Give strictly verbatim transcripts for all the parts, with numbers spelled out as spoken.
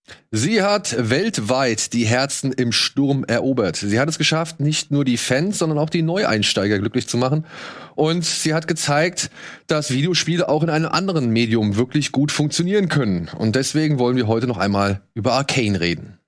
Sie hat weltweit die Herzen im Sturm erobert. Sie hat es geschafft, nicht nur die Fans, sondern auch die Neueinsteiger glücklich zu machen. Und sie hat gezeigt, dass Videospiele auch in einem anderen Medium wirklich gut funktionieren können. Und deswegen wollen wir heute noch einmal über Arcane reden.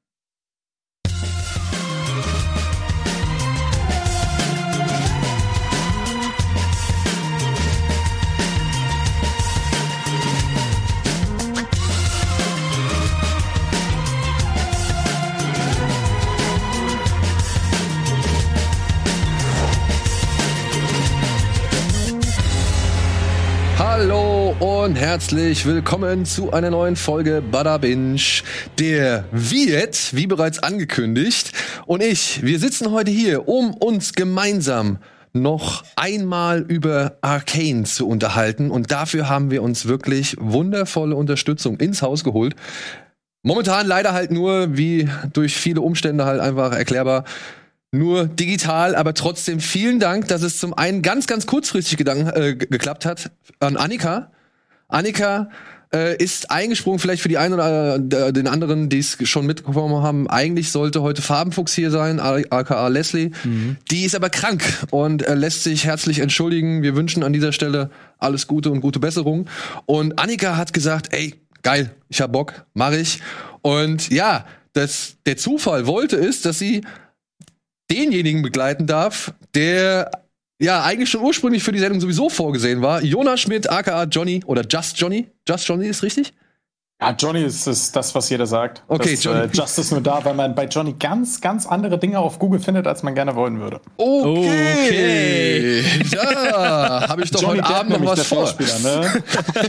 Hallo und herzlich willkommen zu einer neuen Folge Bada Binge. Der Viet, wie bereits angekündigt, und ich, wir sitzen heute hier, um uns gemeinsam noch einmal über Arcane zu unterhalten. Und dafür haben wir uns wirklich wundervolle Unterstützung ins Haus geholt. Momentan leider halt nur, wie durch viele Umstände halt einfach erklärbar, nur digital, aber trotzdem vielen Dank, dass es zum einen ganz, ganz kurzfristig gedank, äh, geklappt hat an Annika. Annika äh, ist eingesprungen, vielleicht für die einen oder äh, den anderen, die es schon mitbekommen haben. Eigentlich sollte heute Farbenfuchs hier sein, aka Leslie. Mhm. Die ist aber krank und äh, lässt sich herzlich entschuldigen. Wir wünschen an dieser Stelle alles Gute und gute Besserung. Und Annika hat gesagt, ey, geil, ich hab Bock, mach ich. Und ja, das, der Zufall wollte ist, dass sie denjenigen begleiten darf, der ja eigentlich schon ursprünglich für die Sendung sowieso vorgesehen war. Jonas Schmidt, aka Johnny, oder Just Johnny. Just Johnny ist richtig? Ja, Johnny ist, ist das, was jeder sagt. Okay, das, Johnny. Äh, Just ist nur da, weil man bei Johnny ganz, ganz andere Dinge auf Google findet, als man gerne wollen würde. Okay. okay. Ja, habe ich doch Johnny heute Abend noch was vor. Ne?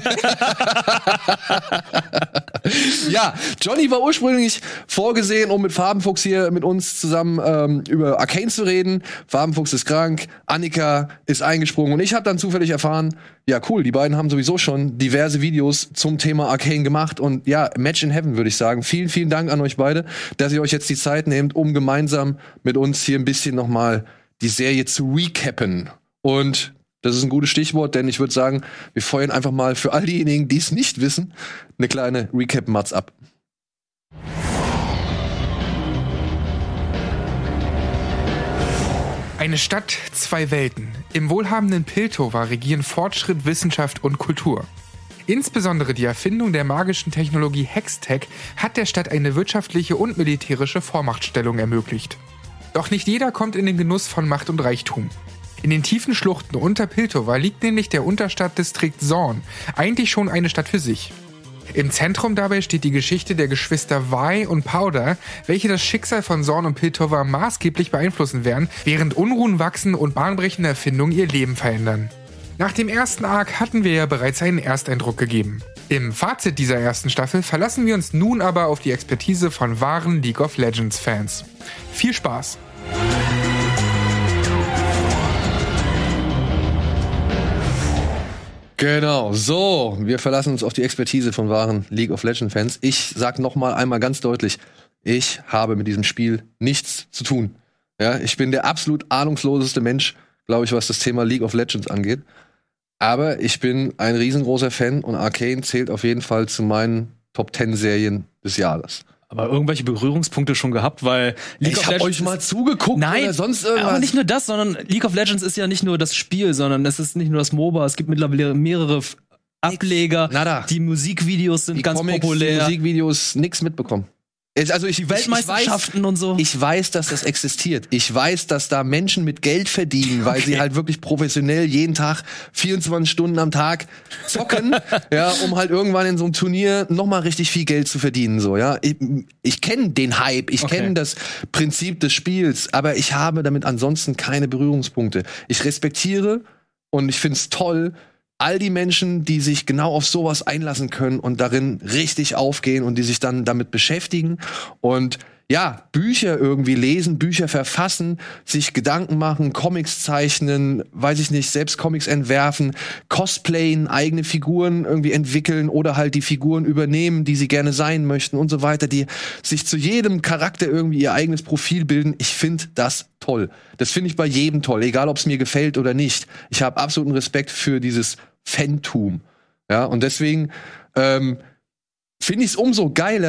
Ja, Johnny war ursprünglich vorgesehen, um mit Farbenfuchs hier mit uns zusammen ähm, über Arcane zu reden. Farbenfuchs ist krank, Annika ist eingesprungen und ich habe dann zufällig erfahren, ja cool, die beiden haben sowieso schon diverse Videos zum Thema Arcane gemacht und ja, Match in Heaven, würde ich sagen. Vielen, vielen Dank an euch beide, dass ihr euch jetzt die Zeit nehmt, um gemeinsam mit uns hier ein bisschen nochmal die Serie zu recappen. Und das ist ein gutes Stichwort, denn ich würde sagen, wir feuern einfach mal für all diejenigen, die es nicht wissen, eine kleine Recap-Matz ab. Eine Stadt, zwei Welten. Im wohlhabenden Piltover regieren Fortschritt, Wissenschaft und Kultur. Insbesondere die Erfindung der magischen Technologie Hextech hat der Stadt eine wirtschaftliche und militärische Vormachtstellung ermöglicht. Doch nicht jeder kommt in den Genuss von Macht und Reichtum. In den tiefen Schluchten unter Piltover liegt nämlich der Unterstadtdistrikt Zorn, eigentlich schon eine Stadt für sich. Im Zentrum dabei steht die Geschichte der Geschwister Vi und Powder, welche das Schicksal von Zorn und Piltover maßgeblich beeinflussen werden, während Unruhen wachsen und bahnbrechende Erfindungen ihr Leben verändern. Nach dem ersten Arc hatten wir ja bereits einen Ersteindruck gegeben. Im Fazit dieser ersten Staffel verlassen wir uns nun aber auf die Expertise von wahren League of Legends Fans. Viel Spaß! Genau, so, wir verlassen uns auf die Expertise von wahren League of Legends Fans. Ich sag noch mal einmal ganz deutlich, ich habe mit diesem Spiel nichts zu tun. Ja, ich bin der absolut ahnungsloseste Mensch, glaube ich, was das Thema League of Legends angeht. Aber ich bin ein riesengroßer Fan und Arcane zählt auf jeden Fall zu meinen Top zehn Serien des Jahres. Aber irgendwelche Berührungspunkte schon gehabt, weil League ich of Legends euch mal zugeguckt Nein, oder sonst irgendwas. Aber nicht nur das, sondern League of Legends ist ja nicht nur das Spiel, sondern es ist nicht nur das MOBA. Es gibt mittlerweile mehrere Ableger. Nada. Die Musikvideos sind die ganz Comics, populär. Die Musikvideos nix mitbekommen. Also ich, die Weltmeisterschaften ich weiß, und so. Ich weiß, dass das existiert. Ich weiß, dass da Menschen mit Geld verdienen, weil okay. sie halt wirklich professionell jeden Tag vierundzwanzig Stunden am Tag zocken, ja, um halt irgendwann in so einem Turnier noch mal richtig viel Geld zu verdienen, so, ja. Ich, ich kenne den Hype, ich okay. kenne das Prinzip des Spiels, aber ich habe damit ansonsten keine Berührungspunkte. Ich respektiere und ich find's toll, all die Menschen, die sich genau auf sowas einlassen können und darin richtig aufgehen und die sich dann damit beschäftigen und ja, Bücher irgendwie lesen, Bücher verfassen, sich Gedanken machen, Comics zeichnen, weiß ich nicht, selbst Comics entwerfen, cosplayen, eigene Figuren irgendwie entwickeln oder halt die Figuren übernehmen, die sie gerne sein möchten und so weiter, die sich zu jedem Charakter irgendwie ihr eigenes Profil bilden. Ich finde das toll. Das finde ich bei jedem toll, egal ob es mir gefällt oder nicht. Ich habe absoluten Respekt für dieses Fantum. Ja, und deswegen ähm, finde ich es umso geiler,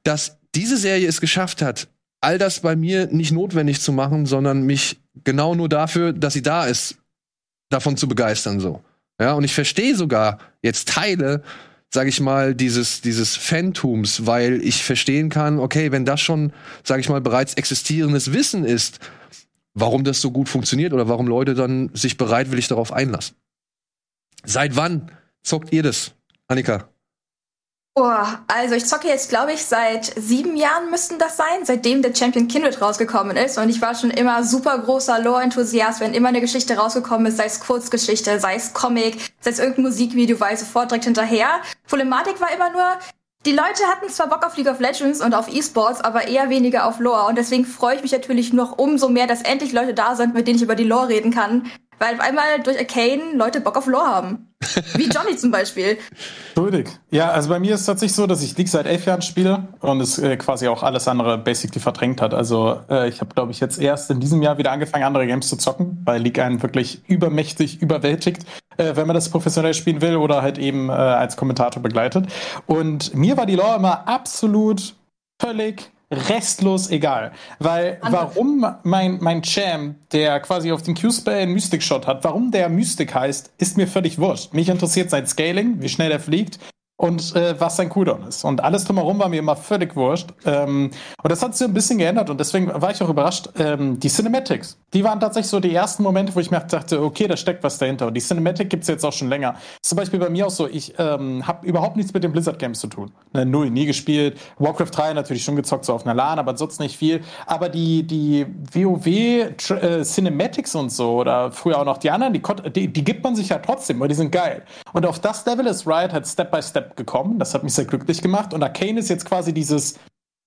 dass diese Serie es geschafft hat, all das bei mir nicht notwendig zu machen, sondern mich genau nur dafür, dass sie da ist, davon zu begeistern, so. Ja, und ich verstehe sogar jetzt Teile, sag ich mal, dieses, dieses Fantums, weil ich verstehen kann, okay, wenn das schon, sag ich mal, bereits existierendes Wissen ist, warum das so gut funktioniert oder warum Leute dann sich bereitwillig darauf einlassen. Seit wann zockt ihr das, Annika? Oh, also ich zocke jetzt, glaube ich, seit sieben Jahren müssten das sein, seitdem der Champion Kindred rausgekommen ist. Und ich war schon immer super großer Lore-Enthusiast, wenn immer eine Geschichte rausgekommen ist, sei es Kurzgeschichte, sei es Comic, sei es irgendein Musikvideo, war ich sofort direkt hinterher. Problematik war immer nur, die Leute hatten zwar Bock auf League of Legends und auf E-Sports, aber eher weniger auf Lore. Und deswegen freue ich mich natürlich noch umso mehr, dass endlich Leute da sind, mit denen ich über die Lore reden kann. Weil auf einmal durch Arcane Leute Bock auf Lore haben. Wie Johnny zum Beispiel. Schuldig. Ja, also bei mir ist es tatsächlich so, dass ich League seit elf Jahren spiele und es äh, quasi auch alles andere basically verdrängt hat. Also äh, ich habe, glaube ich, jetzt erst in diesem Jahr wieder angefangen, andere Games zu zocken, weil League einen wirklich übermächtig überwältigt, äh, wenn man das professionell spielen will oder halt eben äh, als Kommentator begleitet. Und mir war die Lore immer absolut völlig restlos egal. Weil warum mein, mein Champ, der quasi auf den Q-Spell einen Mystic Shot hat, warum der Mystic heißt, ist mir völlig wurscht. Mich interessiert sein Scaling, wie schnell er fliegt und äh, was sein Cooldown ist. Und alles drumherum war mir immer völlig wurscht. Ähm, und das hat sich ein bisschen geändert und deswegen war ich auch überrascht. Ähm, die Cinematics, die waren tatsächlich so die ersten Momente, wo ich mir dachte, okay, da steckt was dahinter. Und die Cinematic gibt's jetzt auch schon länger. Zum Beispiel bei mir auch so, ich ähm, habe überhaupt nichts mit den Blizzard-Games zu tun. Ne, null, nie gespielt. Warcraft drei natürlich schon gezockt, so auf einer LAN, aber ansonsten nicht viel. Aber die, die WoW äh, Cinematics und so, oder früher auch noch die anderen, die, die, die gibt man sich ja trotzdem, weil die sind geil. Und auf das Level ist Riot halt Step by Step gekommen. Das hat mich sehr glücklich gemacht. Und Arcane ist jetzt quasi dieses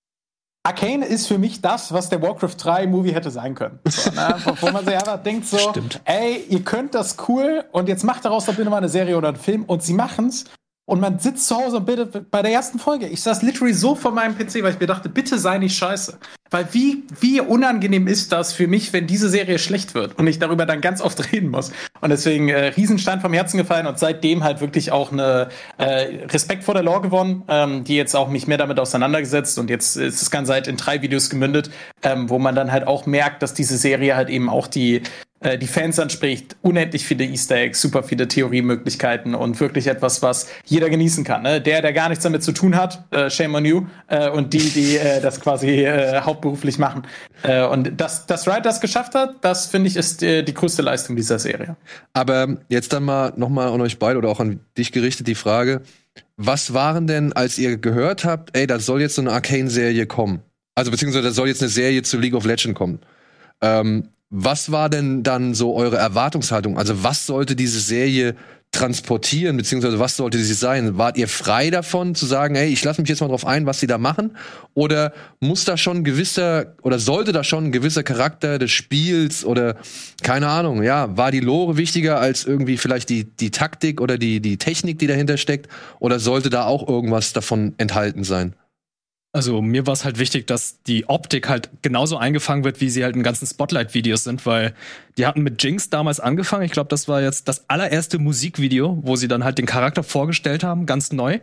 Arcane ist für mich das, was der Warcraft drei Movie hätte sein können. So, ne? Wo man sich einfach denkt so, Stimmt. ey, ihr könnt das cool und jetzt macht daraus doch bitte mal eine Serie oder einen Film und sie machen's. Und man sitzt zu Hause und bitte bei der ersten Folge. Ich saß literally so vor meinem P C, weil ich mir dachte, bitte sei nicht scheiße. Weil wie, wie unangenehm ist das für mich, wenn diese Serie schlecht wird und ich darüber dann ganz oft reden muss. Und deswegen äh, Riesenstein vom Herzen gefallen und seitdem halt wirklich auch eine äh, Respekt vor der Lore gewonnen, ähm, die jetzt auch mich mehr damit auseinandergesetzt und jetzt ist das Ganze halt in drei Videos gemündet, ähm, wo man dann halt auch merkt, dass diese Serie halt eben auch die die Fans anspricht, unendlich viele Easter Eggs, super viele Theoriemöglichkeiten und wirklich etwas, was jeder genießen kann. Ne? Der, der gar nichts damit zu tun hat, äh, shame on you, äh, und die, die äh, das quasi äh, hauptberuflich machen. Äh, und dass, dass Riot das geschafft hat, das finde ich ist äh, die größte Leistung dieser Serie. Aber jetzt dann mal noch mal an euch beide oder auch an dich gerichtet die Frage, was waren denn, als ihr gehört habt, ey, da soll jetzt so eine Arcane-Serie kommen, also beziehungsweise da soll jetzt eine Serie zu League of Legends kommen, ähm, was war denn dann so eure Erwartungshaltung? Also was sollte diese Serie transportieren, beziehungsweise was sollte sie sein? Wart ihr frei davon zu sagen, hey, ich lasse mich jetzt mal drauf ein, was sie da machen? Oder muss da schon ein gewisser, oder sollte da schon ein gewisser Charakter des Spiels oder, keine Ahnung, ja, war die Lore wichtiger als irgendwie vielleicht die, die Taktik oder die, die Technik, die dahinter steckt? Oder sollte da auch irgendwas davon enthalten sein? Also mir war es halt wichtig, dass die Optik halt genauso eingefangen wird, wie sie halt in ganzen Spotlight-Videos sind, weil die hatten mit Jinx damals angefangen. Ich glaube, das war jetzt das allererste Musikvideo, wo sie dann halt den Charakter vorgestellt haben, ganz neu.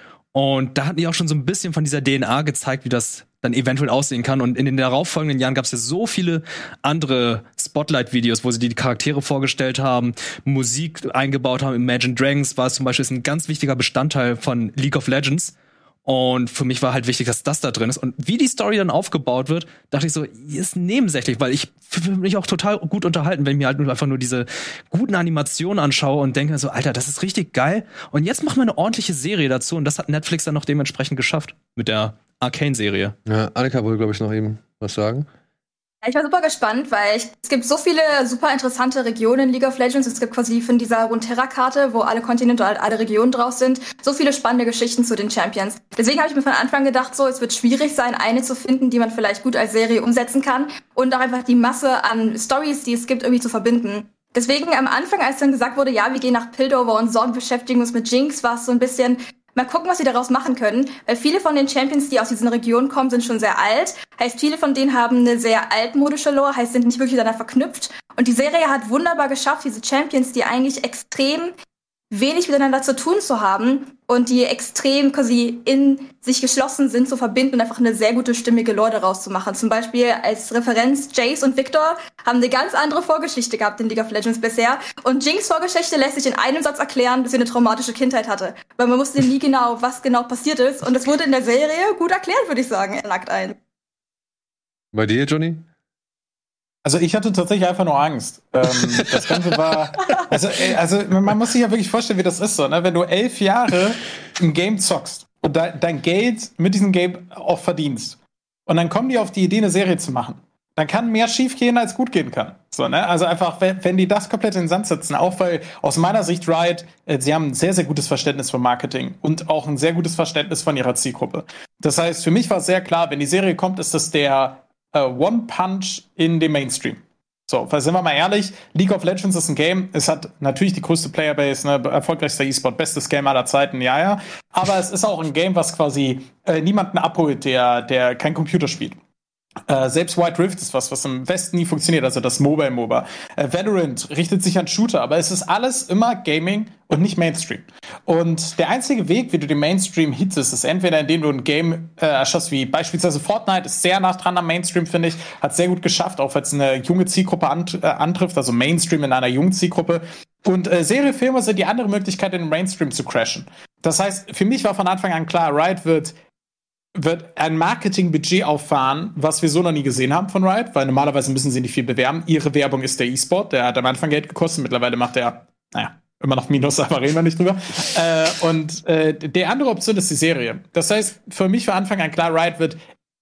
Und da hatten die auch schon so ein bisschen von dieser D N A gezeigt, wie das dann eventuell aussehen kann. Und in den darauffolgenden Jahren gab es ja so viele andere Spotlight-Videos, wo sie die Charaktere vorgestellt haben, Musik eingebaut haben. Imagine Dragons war es zum Beispiel ist ein ganz wichtiger Bestandteil von League of Legends. Und für mich war halt wichtig, dass das da drin ist. Und wie die Story dann aufgebaut wird, dachte ich so, ist nebensächlich, weil ich fühle mich auch total gut unterhalten, wenn ich mir halt nur einfach nur diese guten Animationen anschaue und denke so, Alter, das ist richtig geil. Und jetzt machen wir eine ordentliche Serie dazu. Und das hat Netflix dann noch dementsprechend geschafft mit der Arcane-Serie. Ja, Annika wollte, glaube ich, noch eben was sagen. Ich war super gespannt, weil ich, es gibt so viele super interessante Regionen in League of Legends. Es gibt quasi von dieser Runeterra-Karte, wo alle Kontinente und alle Regionen drauf sind, so viele spannende Geschichten zu den Champions. Deswegen habe ich mir von Anfang gedacht, so es wird schwierig sein, eine zu finden, die man vielleicht gut als Serie umsetzen kann und auch einfach die Masse an Stories, die es gibt, irgendwie zu verbinden. Deswegen am Anfang, als dann gesagt wurde, ja, wir gehen nach Piltover und so und beschäftigen uns mit Jinx, war es so ein bisschen mal gucken, was sie daraus machen können, weil viele von den Champions, die aus diesen Regionen kommen, sind schon sehr alt. Heißt, viele von denen haben eine sehr altmodische Lore, heißt, sind nicht wirklich miteinander verknüpft. Und die Serie hat wunderbar geschafft, diese Champions, die eigentlich extrem wenig miteinander zu tun zu haben und die extrem quasi in sich geschlossen sind, zu verbinden und einfach eine sehr gute, stimmige Lore daraus zu machen. Zum Beispiel als Referenz, Jace und Victor haben eine ganz andere Vorgeschichte gehabt in League of Legends bisher. Und Jinx Vorgeschichte lässt sich in einem Satz erklären, dass sie eine traumatische Kindheit hatte. Weil man wusste nie genau, was genau passiert ist. Und das wurde in der Serie gut erklärt, würde ich sagen, in Akt eins. Bei dir, Johnny? Also ich hatte tatsächlich einfach nur Angst. Ähm, das Ganze war, also, also man muss sich ja wirklich vorstellen, wie das ist so, ne? Wenn du elf Jahre ein Game zockst und de- dein Geld mit diesem Game auch verdienst und dann kommen die auf die Idee, eine Serie zu machen, dann kann mehr schief gehen, als gut gehen kann. So, ne? Also einfach, wenn, wenn die das komplett in den Sand setzen, auch weil aus meiner Sicht Riot, äh, sie haben ein sehr, sehr gutes Verständnis von Marketing und auch ein sehr gutes Verständnis von ihrer Zielgruppe. Das heißt, für mich war es sehr klar, wenn die Serie kommt, ist das der Uh, One-Punch in den Mainstream. So, weil sind wir mal ehrlich, League of Legends ist ein Game, es hat natürlich die größte Playerbase, ne, erfolgreichster E-Sport, bestes Game aller Zeiten, ja, ja. Aber es ist auch ein Game, was quasi äh, niemanden abholt, der, der kein Computer spielt. Äh, selbst White Rift ist was, was im Westen nie funktioniert, also das Mobile-MOBA. Äh, Valorant richtet sich an Shooter, aber es ist alles immer Gaming und nicht Mainstream. Und der einzige Weg, wie du den Mainstream hittest, ist entweder, indem du ein Game äh, erschaffst, wie beispielsweise Fortnite, ist sehr nah dran am Mainstream, finde ich, hat sehr gut geschafft, auch wenn es eine junge Zielgruppe ant- äh, antrifft, also Mainstream in einer jungen Zielgruppe. Und äh, Serienfilme sind die andere Möglichkeit, in den Mainstream zu crashen. Das heißt, für mich war von Anfang an klar, Riot wird wird ein Marketingbudget auffahren, was wir so noch nie gesehen haben von Riot, weil normalerweise müssen sie nicht viel bewerben. Ihre Werbung ist der E-Sport, der hat am Anfang Geld gekostet, mittlerweile macht er, naja, immer noch Minus, aber reden wir nicht drüber. äh, und äh, die andere Option ist die Serie. Das heißt, für mich von Anfang an klar, Riot wird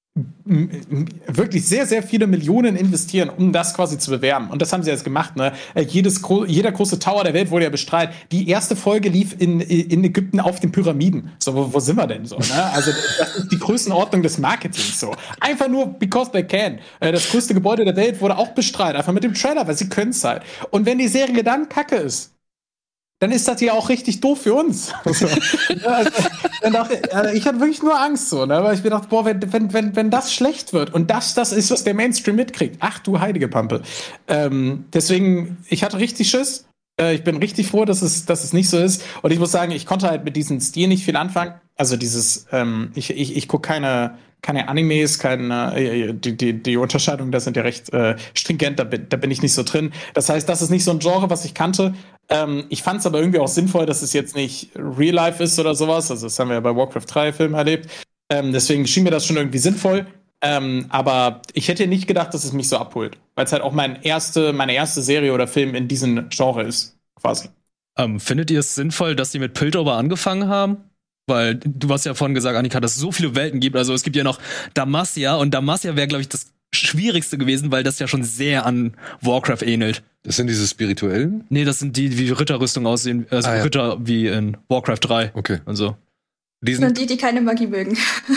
m- m- wirklich sehr, sehr viele Millionen investieren, um das quasi zu bewerben. Und das haben sie jetzt gemacht. Ne? Äh, jedes gro- jeder große Tower der Welt wurde ja bestrahlt. Die erste Folge lief in, in Ägypten auf den Pyramiden. So, wo, wo sind wir denn so? Ne? Also das ist die Größenordnung des Marketings. So. Einfach nur because they can. Äh, das größte Gebäude der Welt wurde auch bestrahlt. Einfach mit dem Trailer, weil sie können es halt. Und wenn die Serie dann kacke ist, dann ist das ja auch richtig doof für uns. Also, ja, also, dann dachte, also ich hatte wirklich nur Angst so, ne? Weil ich mir dachte, boah, wenn, wenn, wenn, wenn das schlecht wird und das das ist, was der Mainstream mitkriegt, ach du heilige Pampe. Ähm, deswegen, ich hatte richtig Schiss. Äh, ich bin richtig froh, dass es, dass es nicht so ist. Und ich muss sagen, ich konnte halt mit diesem Stil nicht viel anfangen. Also dieses, ähm, ich, ich, ich gucke keine keine Animes, keine, äh, die, die, die Unterscheidungen, da sind ja recht äh, stringent, da bin, da bin ich nicht so drin. Das heißt, das ist nicht so ein Genre, was ich kannte. Ähm, ich fand es aber irgendwie auch sinnvoll, dass es jetzt nicht Real Life ist oder sowas. Also das haben wir ja bei Warcraft drei Filmen erlebt. Ähm, deswegen schien mir das schon irgendwie sinnvoll. Ähm, aber ich hätte nicht gedacht, dass es mich so abholt. Weil es halt auch mein erste, meine erste Serie oder Film in diesem Genre ist, quasi. Ähm, findet ihr es sinnvoll, dass sie mit Piltover angefangen haben? Weil du hast ja vorhin gesagt, Annika, dass es so viele Welten gibt. Also es gibt ja noch Demacia und Demacia wäre, glaube ich, das Schwierigste gewesen, weil das ja schon sehr an Warcraft ähnelt. Das sind diese spirituellen? Nee, das sind die, die wie Ritterrüstung aussehen, also ah, ja. Ritter wie in Warcraft drei. Okay. Und so. Das sind die, die keine Magie mögen.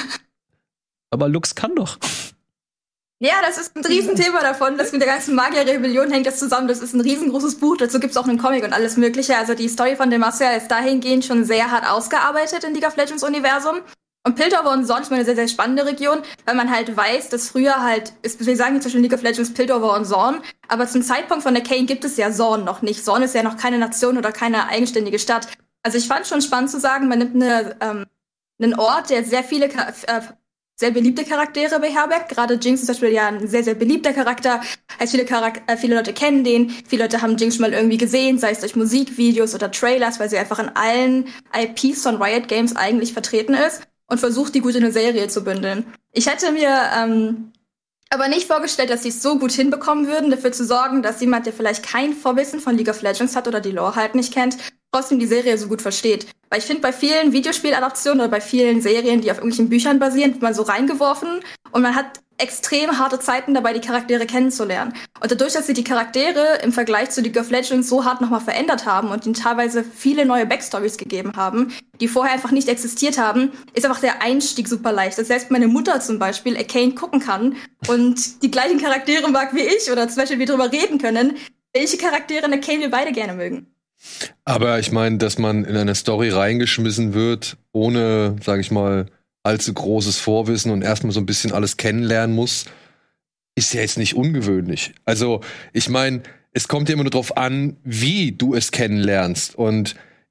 Aber Lux kann doch. Ja, das ist ein Riesenthema davon, das mit der ganzen Magierrebellion hängt das zusammen. Das ist ein riesengroßes Buch, dazu gibt's auch einen Comic und alles mögliche. Also die Story von Demacia ist dahingehend schon sehr hart ausgearbeitet in League of Legends Universum. Und Piltover und Zorn ist mal eine sehr, sehr spannende Region, weil man halt weiß, dass früher halt, ist, wir sagen zwischen League of Legends, Piltover und Zorn, aber zum Zeitpunkt von Arcane gibt es ja Zorn noch nicht. Zorn ist ja noch keine Nation oder keine eigenständige Stadt. Also ich fand schon spannend zu sagen, man nimmt eine, ähm, einen Ort, der sehr viele äh, sehr beliebte Charaktere beherbergt. Gerade Jinx ist zum Beispiel ja ein sehr, sehr beliebter Charakter. Also viele, Charak- äh, viele Leute kennen den. Viele Leute haben Jinx schon mal irgendwie gesehen, sei es durch Musikvideos oder Trailers, weil sie einfach in allen I Ps von Riot Games eigentlich vertreten ist und versucht, die gut in eine Serie zu bündeln. Ich hätte mir ähm, aber nicht vorgestellt, dass sie es so gut hinbekommen würden, dafür zu sorgen, dass jemand, der vielleicht kein Vorwissen von League of Legends hat oder die Lore halt nicht kennt, trotzdem die Serie so gut versteht. Weil ich finde, bei vielen Videospieladaptionen oder bei vielen Serien, die auf irgendwelchen Büchern basieren, wird man so reingeworfen und man hat extrem harte Zeiten dabei, die Charaktere kennenzulernen. Und dadurch, dass sie die Charaktere im Vergleich zu League of Legends so hart nochmal verändert haben und ihnen teilweise viele neue Backstories gegeben haben, die vorher einfach nicht existiert haben, ist einfach der Einstieg super leicht. Dass selbst meine Mutter zum Beispiel Arcane gucken kann und die gleichen Charaktere mag wie ich oder zum Beispiel wir drüber reden können, welche Charaktere in Arcane wir beide gerne mögen. Aber ich meine, dass man in eine Story reingeschmissen wird, ohne, sag ich mal, allzu großes Vorwissen und erstmal so ein bisschen alles kennenlernen muss, ist ja jetzt nicht ungewöhnlich. Also, ich meine, es kommt ja immer nur drauf an, wie du es kennenlernst. Und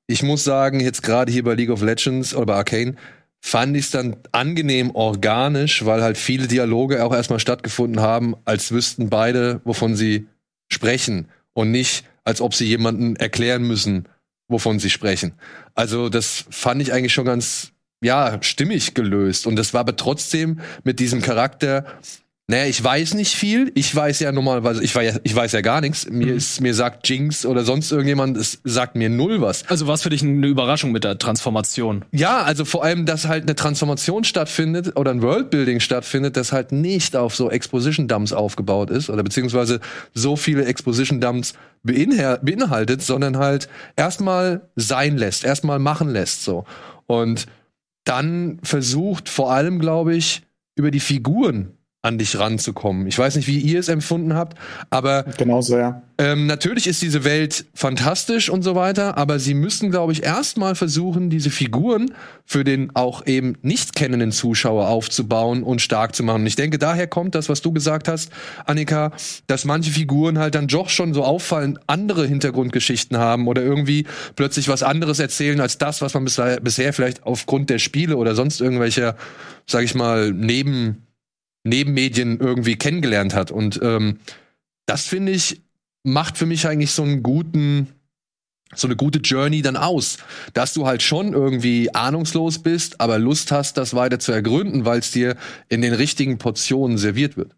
ich muss sagen, jetzt gerade hier bei League of Legends oder bei Arcane fand ich es dann angenehm organisch, weil halt viele Dialoge auch erstmal stattgefunden haben, als wüssten beide, wovon sie sprechen und nicht, als ob sie jemanden erklären müssen, wovon sie sprechen. Also das fand ich eigentlich schon ganz, ja, stimmig gelöst. Und das war aber trotzdem mit diesem Charakter, naja, ich weiß nicht viel. Ich weiß ja normalerweise, ich weiß, ich weiß ja gar nichts. Mir Mhm. ist, mir sagt Jinx oder sonst irgendjemand, es sagt mir null was. Also war es für dich eine Überraschung mit der Transformation? Ja, also vor allem, dass halt eine Transformation stattfindet oder ein Worldbuilding stattfindet, das halt nicht auf so Exposition-Dumps aufgebaut ist oder beziehungsweise so viele Exposition-Dumps beinha- beinhaltet, sondern halt erstmal sein lässt, erstmal machen lässt, so. Und dann versucht vor allem, glaube ich, über die Figuren an dich ranzukommen. Ich weiß nicht, wie ihr es empfunden habt, aber Genauso, ja. ähm, natürlich ist diese Welt fantastisch und so weiter, aber sie müssen, glaube ich, erstmal versuchen, diese Figuren für den auch eben nicht kennenden Zuschauer aufzubauen und stark zu machen. Und ich denke, daher kommt das, was du gesagt hast, Annika, dass manche Figuren halt dann doch schon so auffallend andere Hintergrundgeschichten haben oder irgendwie plötzlich was anderes erzählen als das, was man bisher, bisher vielleicht aufgrund der Spiele oder sonst irgendwelcher, sag ich mal, neben Nebenmedien irgendwie kennengelernt hat. Und ähm, das, finde ich, macht für mich eigentlich so einen guten, so eine gute Journey dann aus. Dass du halt schon irgendwie ahnungslos bist, aber Lust hast, das weiter zu ergründen, weil es dir in den richtigen Portionen serviert wird.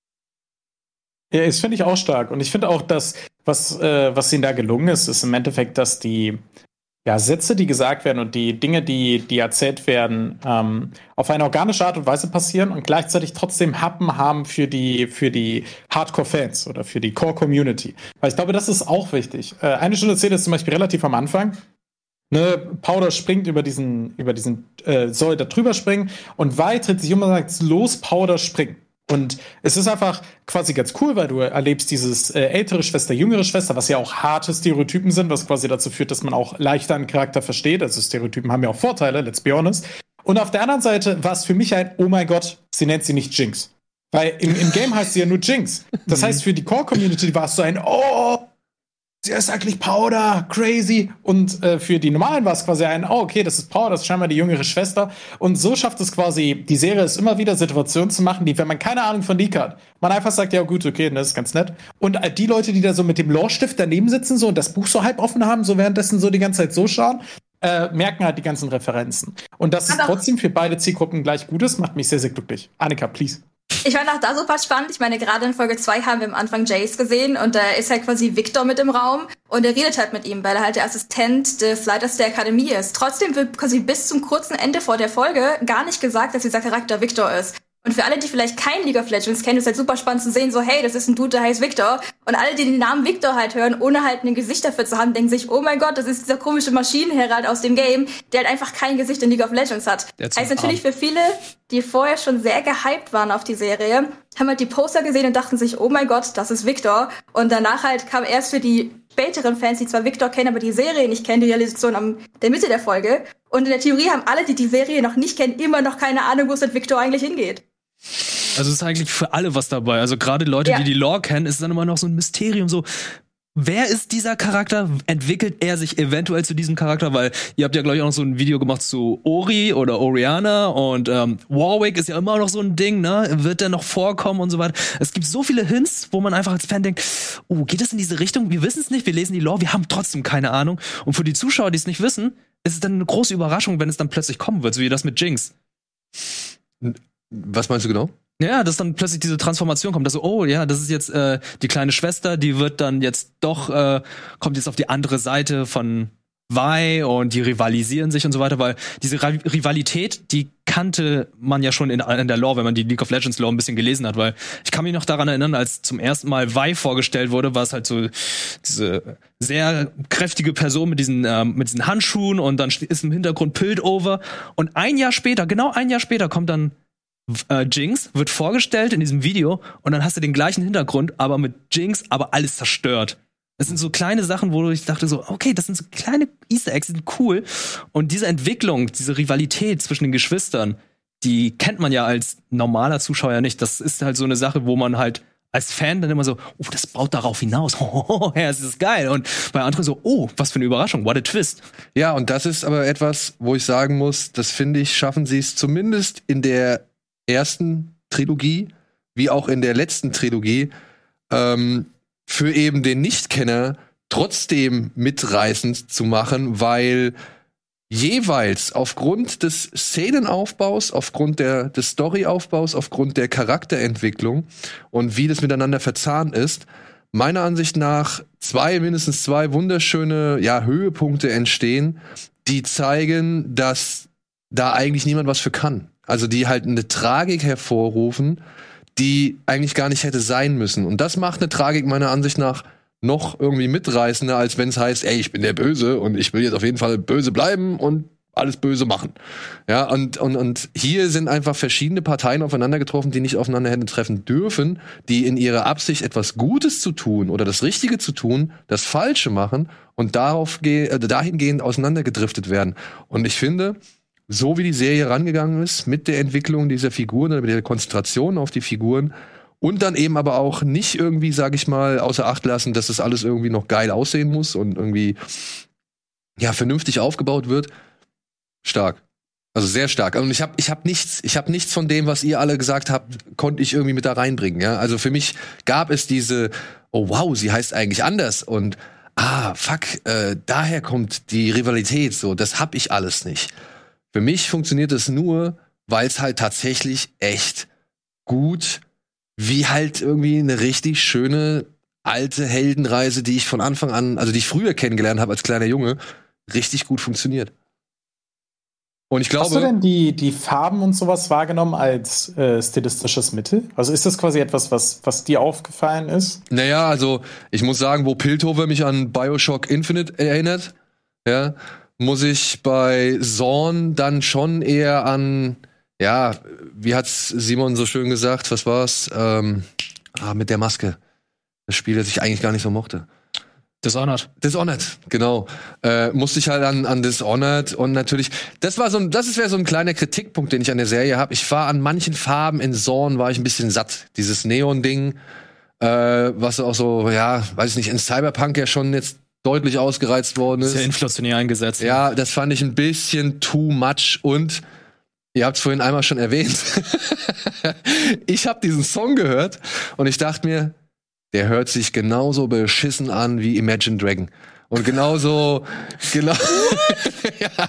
Ja, das finde ich auch stark. Und ich finde auch, dass, was, äh, was ihnen da gelungen ist, ist im Endeffekt, dass die ja, Sätze, die gesagt werden und die Dinge, die, die erzählt werden, ähm, auf eine organische Art und Weise passieren und gleichzeitig trotzdem Happen haben für die, für die Hardcore-Fans oder für die Core-Community. Weil ich glaube, das ist auch wichtig. Äh, eine schöne Szene ist zum Beispiel relativ am Anfang. Ne, Powder springt über diesen, über diesen, äh, soll da drüber springen und Vi tritt sich um und sagt, los, Powder, springen. Und es ist einfach quasi ganz cool, weil du erlebst dieses äh, ältere Schwester, jüngere Schwester, was ja auch harte Stereotypen sind, was quasi dazu führt, dass man auch leichter einen Charakter versteht. Also Stereotypen haben ja auch Vorteile, let's be honest. Und auf der anderen Seite war es für mich ein, oh mein Gott, sie nennt sie nicht Jinx. Weil im, im Game heißt sie ja nur Jinx. Das heißt, für die Core-Community war es so ein, oh, sie ist eigentlich Powder, crazy. Und äh, für die Normalen war es quasi ein, oh, okay, das ist Powder, das ist scheinbar die jüngere Schwester. Und so schafft es quasi, die Serie es immer wieder Situationen zu machen, die, wenn man keine Ahnung von League hat, man einfach sagt, ja gut, okay, das ist ganz nett. Und äh, die Leute, die da so mit dem Lore-Stift daneben sitzen so und das Buch so halb offen haben, so währenddessen so die ganze Zeit so schauen, äh, merken halt die ganzen Referenzen. Und dass es trotzdem für beide Zielgruppen gleich gut ist, macht mich sehr, sehr glücklich. Annika, please. Ich fand auch da super spannend. Ich meine, gerade in Folge zwei haben wir am Anfang Jace gesehen und da ist halt quasi Victor mit im Raum und er redet halt mit ihm, weil er halt der Assistent des Leiters der Akademie ist. Trotzdem wird quasi bis zum kurzen Ende vor der Folge gar nicht gesagt, dass dieser Charakter Victor ist. Und für alle, die vielleicht kein League of Legends kennen, ist halt super spannend zu sehen, so hey, das ist ein Dude, der heißt Victor. Und alle, die den Namen Victor halt hören, ohne halt ein Gesicht dafür zu haben, denken sich, oh mein Gott, das ist dieser komische Maschinenherald aus dem Game, der halt einfach kein Gesicht in League of Legends hat. Heißt natürlich für viele, die vorher schon sehr gehypt waren auf die Serie, haben halt die Poster gesehen und dachten sich, oh mein Gott, das ist Victor. Und danach halt kam erst für die späteren Fans, die zwar Victor kennen, aber die Serie nicht kennen, die Realisation am der Mitte der Folge. Und in der Theorie haben alle, die die Serie noch nicht kennen, immer noch keine Ahnung, wo es mit Victor eigentlich hingeht. Also es ist eigentlich für alle was dabei. Also gerade Leute, ja. die die Lore kennen, ist es dann immer noch so ein Mysterium. So, wer ist dieser Charakter? Entwickelt er sich eventuell zu diesem Charakter? Weil ihr habt ja, glaube ich, auch noch so ein Video gemacht zu Ori oder Orianna und ähm, Warwick ist ja immer noch so ein Ding, ne? Wird der noch vorkommen und so weiter? Es gibt so viele Hints, wo man einfach als Fan denkt, oh, geht das in diese Richtung? Wir wissen es nicht, wir lesen die Lore, wir haben trotzdem keine Ahnung. Und für die Zuschauer, die es nicht wissen, ist es dann eine große Überraschung, wenn es dann plötzlich kommen wird, so wie das mit Jinx. Was meinst du genau? Ja, dass dann plötzlich diese Transformation kommt, dass so, oh ja, das ist jetzt äh, die kleine Schwester, die wird dann jetzt doch, äh, kommt jetzt auf die andere Seite von Vi und die rivalisieren sich und so weiter, weil diese Ra- Rivalität, die kannte man ja schon in, in der Lore, wenn man die League of Legends Lore ein bisschen gelesen hat, weil ich kann mich noch daran erinnern, als zum ersten Mal Vi vorgestellt wurde, war es halt so diese sehr kräftige Person mit diesen ähm, mit diesen Handschuhen und dann ist im Hintergrund Piltover und ein Jahr später, genau ein Jahr später kommt dann Äh, Jinx, wird vorgestellt in diesem Video und dann hast du den gleichen Hintergrund, aber mit Jinx, aber alles zerstört. Das sind so kleine Sachen, wo ich dachte so, okay, das sind so kleine Easter Eggs, die sind cool. Und diese Entwicklung, diese Rivalität zwischen den Geschwistern, die kennt man ja als normaler Zuschauer nicht. Das ist halt so eine Sache, wo man halt als Fan dann immer so, oh, das baut darauf hinaus. Oh, ja, es ist geil. Und bei anderen so, oh, was für eine Überraschung, what a twist. Ja, und das ist aber etwas, wo ich sagen muss, das finde ich, schaffen sie es zumindest in der ersten Trilogie, wie auch in der letzten Trilogie, ähm, für eben den Nichtkenner trotzdem mitreißend zu machen, weil jeweils aufgrund des Szenenaufbaus, aufgrund der, des Storyaufbaus, aufgrund der Charakterentwicklung und wie das miteinander verzahnt ist, meiner Ansicht nach zwei, mindestens zwei wunderschöne, ja, Höhepunkte entstehen, die zeigen, dass da eigentlich niemand was für kann. Also die halt eine Tragik hervorrufen, die eigentlich gar nicht hätte sein müssen. Und das macht eine Tragik meiner Ansicht nach noch irgendwie mitreißender, als wenn es heißt, ey, ich bin der Böse und ich will jetzt auf jeden Fall böse bleiben und alles böse machen. Ja, und, und, und hier sind einfach verschiedene Parteien aufeinander getroffen, die nicht aufeinander hätten treffen dürfen, die in ihrer Absicht, etwas Gutes zu tun oder das Richtige zu tun, das Falsche machen und darauf ge- äh, dahingehend auseinandergedriftet werden. Und ich finde, so wie die Serie rangegangen ist, mit der Entwicklung dieser Figuren oder mit der Konzentration auf die Figuren, und dann eben aber auch nicht irgendwie, sag ich mal, außer Acht lassen, dass das alles irgendwie noch geil aussehen muss und irgendwie, ja, vernünftig aufgebaut wird. Stark. Also sehr stark. Und ich habe ich hab nichts, ich habe nichts von dem, was ihr alle gesagt habt, konnte ich irgendwie mit da reinbringen. Ja? Also für mich gab es diese, oh wow, sie heißt eigentlich anders und ah, fuck, äh, daher kommt die Rivalität. So, das hab ich alles nicht. Für mich funktioniert es nur, weil es halt tatsächlich echt gut, wie halt irgendwie eine richtig schöne alte Heldenreise, die ich von Anfang an, also die ich früher kennengelernt habe als kleiner Junge, richtig gut funktioniert. Und ich glaube, hast du denn die, die Farben und sowas wahrgenommen als äh, stilistisches Mittel? Also ist das quasi etwas, was, was dir aufgefallen ist? Naja, also ich muss sagen, wo Piltover mich an Bioshock Infinite erinnert, ja, muss ich bei Zorn dann schon eher an, ja, wie hat's Simon so schön gesagt, was war's? Ähm, ah, mit der Maske. Das Spiel, das ich eigentlich gar nicht so mochte. Dishonored. Dishonored, genau. Äh, musste ich halt an, an Dishonored und natürlich, das war so ein, das wäre so ein kleiner Kritikpunkt, den ich an der Serie habe. Ich war an manchen Farben in Zorn war ich ein bisschen satt. Dieses Neon-Ding, äh, was auch so, ja, weiß ich nicht, in Cyberpunk ja schon jetzt deutlich ausgereizt worden ist. Sehr inflationär eingesetzt. Ja, das fand ich ein bisschen too much und ihr habt es vorhin einmal schon erwähnt. Ich habe diesen Song gehört und ich dachte mir, der hört sich genauso beschissen an wie Imagine Dragon. Und genauso, genau, ja,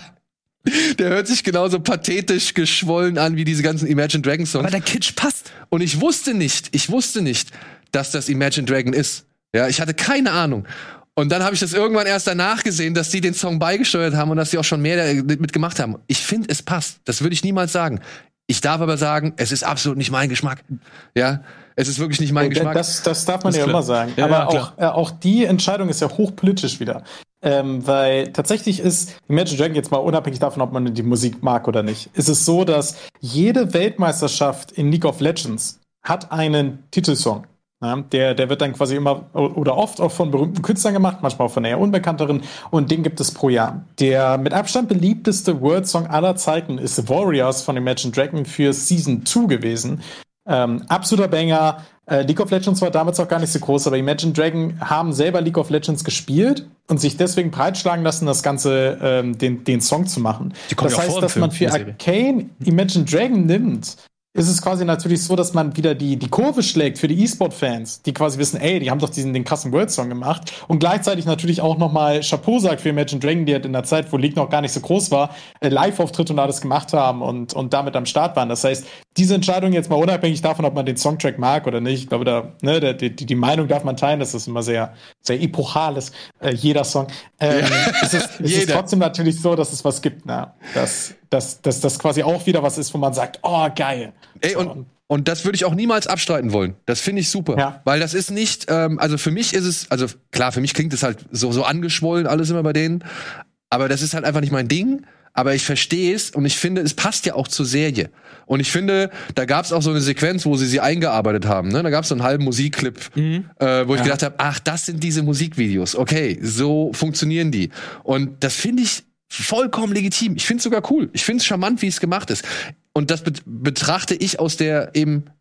der hört sich genauso pathetisch geschwollen an wie diese ganzen Imagine Dragon Songs. Aber der Kitsch passt. Und ich wusste nicht, ich wusste nicht, dass das Imagine Dragon ist. Ja, ich hatte keine Ahnung. Und dann habe ich das irgendwann erst danach gesehen, dass die den Song beigesteuert haben und dass die auch schon mehr mitgemacht haben. Ich finde, es passt. Das würde ich niemals sagen. Ich darf aber sagen, es ist absolut nicht mein Geschmack. Ja, es ist wirklich nicht mein Und Geschmack. Das, das darf man Das ja ist immer klar. sagen. Ja, aber ja, auch, äh, auch die Entscheidung ist ja hochpolitisch wieder. Ähm, weil tatsächlich ist Imagine Dragon jetzt mal unabhängig davon, ob man die Musik mag oder nicht, ist es so, dass jede Weltmeisterschaft in League of Legends hat einen Titelsong. Ja, der, der wird dann quasi immer oder oft auch von berühmten Künstlern gemacht, manchmal auch von eher unbekannteren, und den gibt es pro Jahr. Der mit Abstand beliebteste World-Song aller Zeiten ist Warriors von Imagine Dragon für Season zwei gewesen. Ähm, absoluter Banger. Äh, League of Legends war damals auch gar nicht so groß, aber Imagine Dragon haben selber League of Legends gespielt und sich deswegen breitschlagen lassen, das Ganze, ähm, den, den Song zu machen. Das heißt, dass man für Arcane Imagine Dragon nimmt, ist es quasi natürlich so, dass man wieder die, die Kurve schlägt für die E-Sport-Fans, die quasi wissen, ey, die haben doch diesen, den krassen World-Song gemacht, und gleichzeitig natürlich auch nochmal Chapeau sagt für Imagine Dragon, die halt in der Zeit, wo League noch gar nicht so groß war, äh, Live-Auftritte und alles gemacht haben und, und damit am Start waren. Das heißt, diese Entscheidung jetzt mal unabhängig davon, ob man den Songtrack mag oder nicht, ich glaube, da, ne, der, die, die Meinung darf man teilen, das ist immer sehr, sehr epochales, äh, jeder Song. Ähm, es ist, es ist trotzdem natürlich so, dass es was gibt, na, dass, dass, dass das quasi auch wieder was ist, wo man sagt, oh, geil. Ey, und, und das würde ich auch niemals abstreiten wollen. Das finde ich super. Ja. Weil das ist nicht, ähm, also für mich ist es, also klar, für mich klingt es halt so, so angeschwollen, alles immer bei denen. Aber das ist halt einfach nicht mein Ding. Aber ich verstehe es und ich finde, es passt ja auch zur Serie. Und ich finde, da gab es auch so eine Sequenz, wo sie sie eingearbeitet haben. Ne? Da gab es so einen halben Musikclip, mhm. äh, wo ich ja. gedacht habe, ach, das sind diese Musikvideos. Okay, so funktionieren die. Und das finde ich vollkommen legitim. Ich finde es sogar cool. Ich finde es charmant, wie es gemacht ist. Und das bet- betrachte ich aus der eben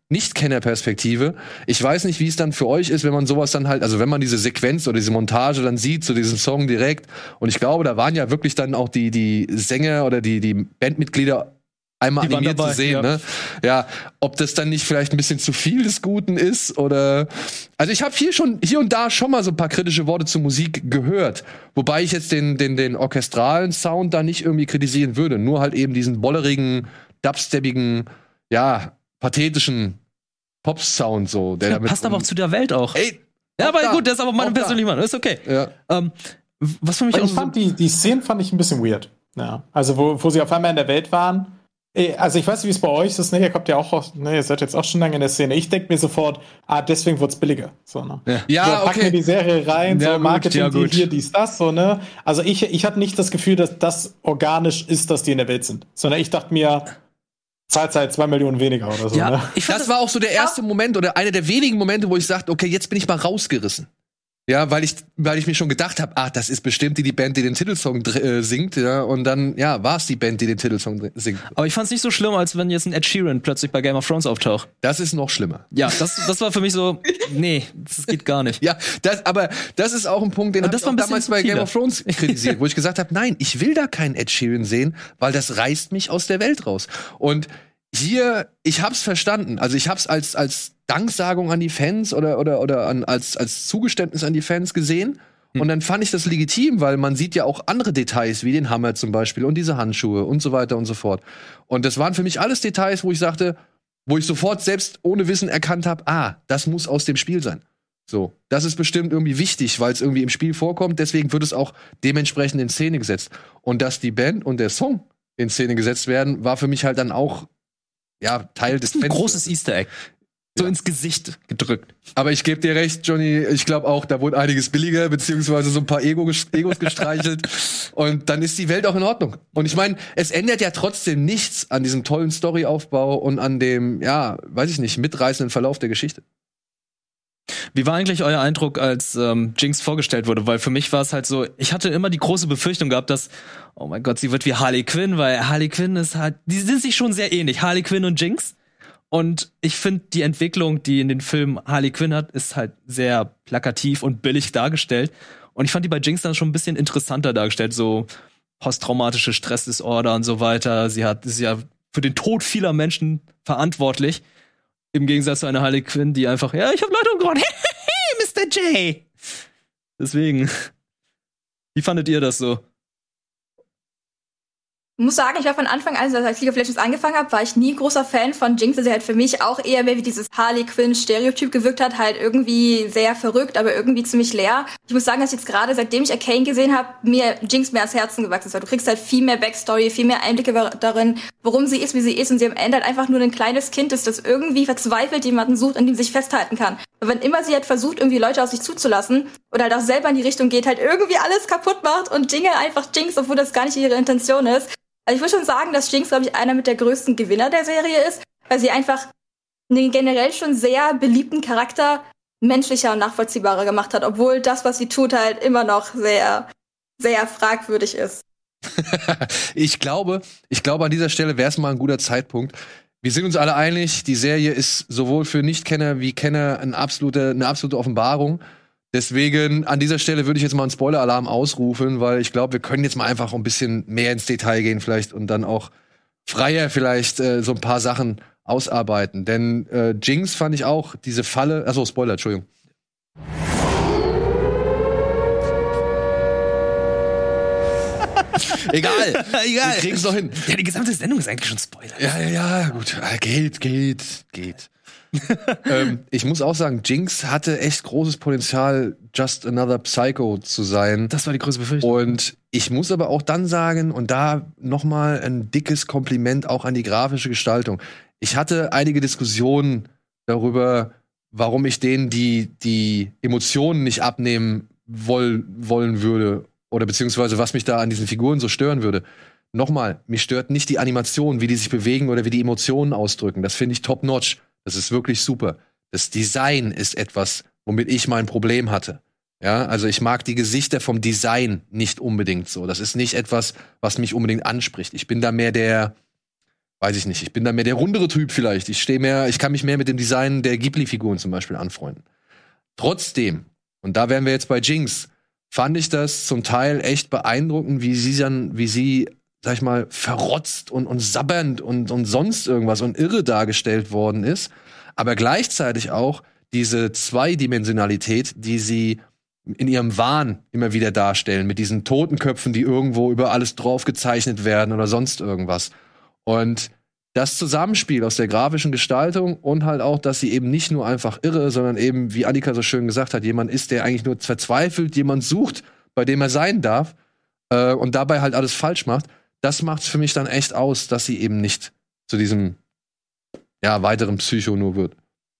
Nicht-Kenner-Perspektive. Ich weiß nicht, wie es dann für euch ist, wenn man sowas dann halt, also wenn man diese Sequenz oder diese Montage dann sieht zu diesem Song direkt. Und ich glaube, da waren ja wirklich dann auch die, die Sänger oder die, die Bandmitglieder einmal Die animiert dabei, zu sehen, ja. ne? Ja, ob das dann nicht vielleicht ein bisschen zu viel des Guten ist oder. Also ich habe hier schon hier und da schon mal so ein paar kritische Worte zur Musik gehört, wobei ich jetzt den den den orchestralen Sound da nicht irgendwie kritisieren würde, nur halt eben diesen bollerigen, dubsteppigen, ja, pathetischen Pop-Sound so, der Ja, damit passt aber auch zu der Welt auch. Ey, ja, auch aber da, gut, das ist aber meine auch da. persönliche Meinung. Ist okay. Ja. Ähm, was für mich Weil auch ich so fand die, die Szenen fand ich ein bisschen weird. Ja. Also, wo, wo sie auf einmal in der Welt waren. Eh, Also, ich weiß nicht, wie es bei euch ist. Ne? Ihr kommt ja auch aus, ne, ihr seid jetzt auch schon lange in der Szene. Ich denke mir sofort, ah, deswegen wird's billiger. So, ne? Ja. Ja, so, packen okay. wir die Serie rein, Ja, so gut, Marketing, ja, gut. die hier, dies, das, so, ne? Also, ich, ich hatte nicht das Gefühl, dass das organisch ist, dass die in der Welt sind. Sondern ich dachte mir, zahlt halt zwei Millionen weniger oder so, ja, ne? ich fand Das war auch so der erste Moment oder einer der wenigen Momente, wo ich sagte, okay, jetzt bin ich mal rausgerissen. Ja, weil ich, weil ich mir schon gedacht habe, ah, das ist bestimmt die, die Band, die den Titelsong dr- äh, singt, ja, und dann, ja, war es die Band, die den Titelsong dr- singt. aber ich fand's nicht so schlimm, als wenn jetzt ein Ed Sheeran plötzlich bei Game of Thrones auftaucht. Das ist noch schlimmer. Ja, das, das war für mich so, nee, das geht gar nicht. Ja, das, aber das ist auch ein Punkt, den Und hab das ich war auch ein bisschen damals bei Game subtiler. of Thrones kritisiert, wo ich gesagt habe, nein, ich will da keinen Ed Sheeran sehen, weil das reißt mich aus der Welt raus. Und hier, ich hab's verstanden. Also ich hab's als als Danksagung an die Fans oder oder oder an, als als Zugeständnis an die Fans gesehen. Hm. Und dann fand ich das legitim, weil man sieht ja auch andere Details, wie den Hammer zum Beispiel und diese Handschuhe und so weiter und so fort. Und das waren für mich alles Details, wo ich sagte, wo ich sofort selbst ohne Wissen erkannt habe, ah, das muss aus dem Spiel sein. So, das ist bestimmt irgendwie wichtig, weil es irgendwie im Spiel vorkommt. Deswegen wird es auch dementsprechend in Szene gesetzt. Und dass die Band und der Song in Szene gesetzt werden, war für mich halt dann auch ja Teil des Ein Fans. großes Easter Egg. So Ja. ins Gesicht gedrückt. Aber ich gebe dir recht, Johnny. Ich glaube auch, da wurde einiges billiger, beziehungsweise so ein paar Ego Egos gestreichelt. Und dann ist die Welt auch in Ordnung. Und ich meine, es ändert ja trotzdem nichts an diesem tollen Storyaufbau und an dem, ja, weiß ich nicht, mitreißenden Verlauf der Geschichte. Wie war eigentlich euer Eindruck, als ähm, Jinx vorgestellt wurde? Weil für mich war es halt so, ich hatte immer die große Befürchtung gehabt, dass, oh mein Gott, sie wird wie Harley Quinn, weil Harley Quinn ist halt, die sind sich schon sehr ähnlich, Harley Quinn und Jinx. Und ich finde, die Entwicklung, die in den Filmen Harley Quinn hat, ist halt sehr plakativ und billig dargestellt. Und ich fand die bei Jinx dann schon ein bisschen interessanter dargestellt, so posttraumatische Stressdisorder und so weiter. Sie hat, ist ja für den Tod vieler Menschen verantwortlich. Im Gegensatz zu einer Harley Quinn, die einfach, ja, ich hab Leute umgebracht. Hey, Mister J. Deswegen. Wie fandet ihr das so? Ich muss sagen, ich war von Anfang an, also als ich League of Legends angefangen habe, war ich nie großer Fan von Jinx, dass sie halt für mich auch eher mehr wie dieses Harley Quinn-Stereotyp gewirkt hat, halt irgendwie sehr verrückt, aber irgendwie ziemlich leer. Ich muss sagen, dass jetzt gerade, seitdem ich Arcane gesehen habe, mir Jinx mehr ans Herzen gewachsen ist, weil du kriegst halt viel mehr Backstory, viel mehr Einblicke darin, warum sie ist, wie sie ist, und sie am Ende halt einfach nur ein kleines Kind ist, das irgendwie verzweifelt jemanden sucht, an dem sie sich festhalten kann. Und wenn immer sie halt versucht, irgendwie Leute auf sich zuzulassen oder halt auch selber in die Richtung geht, halt irgendwie alles kaputt macht und Dinge einfach Jinx, obwohl das gar nicht ihre Intention ist. Also ich würde schon sagen, dass Jinx, glaube ich, einer mit der größten Gewinner der Serie ist, weil sie einfach einen generell schon sehr beliebten Charakter menschlicher und nachvollziehbarer gemacht hat, obwohl das, was sie tut, halt immer noch sehr, sehr fragwürdig ist. ich glaube, ich glaube, an dieser Stelle wäre es mal ein guter Zeitpunkt. Wir sind uns alle einig, die Serie ist sowohl für Nichtkenner wie Kenner eine absolute, eine absolute Offenbarung. Deswegen an dieser Stelle würde ich jetzt mal einen Spoiler-Alarm ausrufen, weil ich glaube, wir können jetzt mal einfach ein bisschen mehr ins Detail gehen vielleicht und dann auch freier vielleicht äh, so ein paar Sachen ausarbeiten. Denn äh, Jinx fand ich auch diese Falle, achso, Spoiler, Entschuldigung. Egal, Egal. wir kriegen's noch hin. Ja, die gesamte Sendung ist eigentlich schon Spoiler. Ja, ja, ja, gut. Ah, Geht, geht, geht. ähm, ich muss auch sagen, Jinx hatte echt großes Potenzial, Just Another Psycho zu sein. Das war die größte Befürchtung. Und ich muss aber auch dann sagen, und da noch mal ein dickes Kompliment auch an die grafische Gestaltung. Ich hatte einige Diskussionen darüber, warum ich denen die, die Emotionen nicht abnehmen woll, wollen würde. Oder beziehungsweise was mich da an diesen Figuren so stören würde. Nochmal, mich stört nicht die Animation, wie die sich bewegen oder wie die Emotionen ausdrücken. Das finde ich top-notch. Das ist wirklich super. Das Design ist etwas, womit ich mein Problem hatte. Ja, also ich mag die Gesichter vom Design nicht unbedingt so. Das ist nicht etwas, was mich unbedingt anspricht. Ich bin da mehr der, weiß ich nicht. Ich bin da mehr der rundere Typ vielleicht. Ich stehe mehr, ich kann mich mehr mit dem Design der Ghibli-Figuren zum Beispiel anfreunden. Trotzdem, und da wären wir jetzt bei Jinx, fand ich das zum Teil echt beeindruckend, wie sie dann, wie sie, sag ich mal, verrotzt und, und sabbernd und, und sonst irgendwas und irre dargestellt worden ist. Aber gleichzeitig auch diese Zweidimensionalität, die sie in ihrem Wahn immer wieder darstellen, mit diesen Totenköpfen, die irgendwo über alles drauf gezeichnet werden oder sonst irgendwas. Und das Zusammenspiel aus der grafischen Gestaltung und halt auch, dass sie eben nicht nur einfach irre, sondern eben, wie Annika so schön gesagt hat, jemand ist, der eigentlich nur verzweifelt, jemand sucht, bei dem er sein darf, äh, und dabei halt alles falsch macht, das macht's für mich dann echt aus, dass sie eben nicht zu diesem, ja, weiteren Psycho nur wird.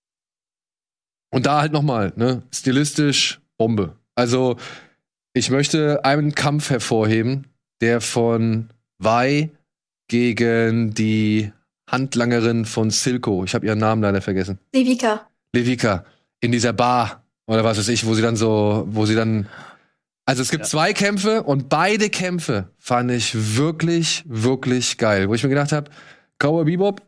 Und da halt nochmal, ne, stilistisch Bombe. Also, ich möchte einen Kampf hervorheben, der von Vi gegen die Handlangerin von Silco, ich habe ihren Namen leider vergessen. Levika. Levika, in dieser Bar, oder was weiß ich, wo sie dann so, wo sie dann, also es gibt ja. zwei Kämpfe und beide Kämpfe fand ich wirklich, wirklich geil. Wo ich mir gedacht habe, Cowboy Bebop,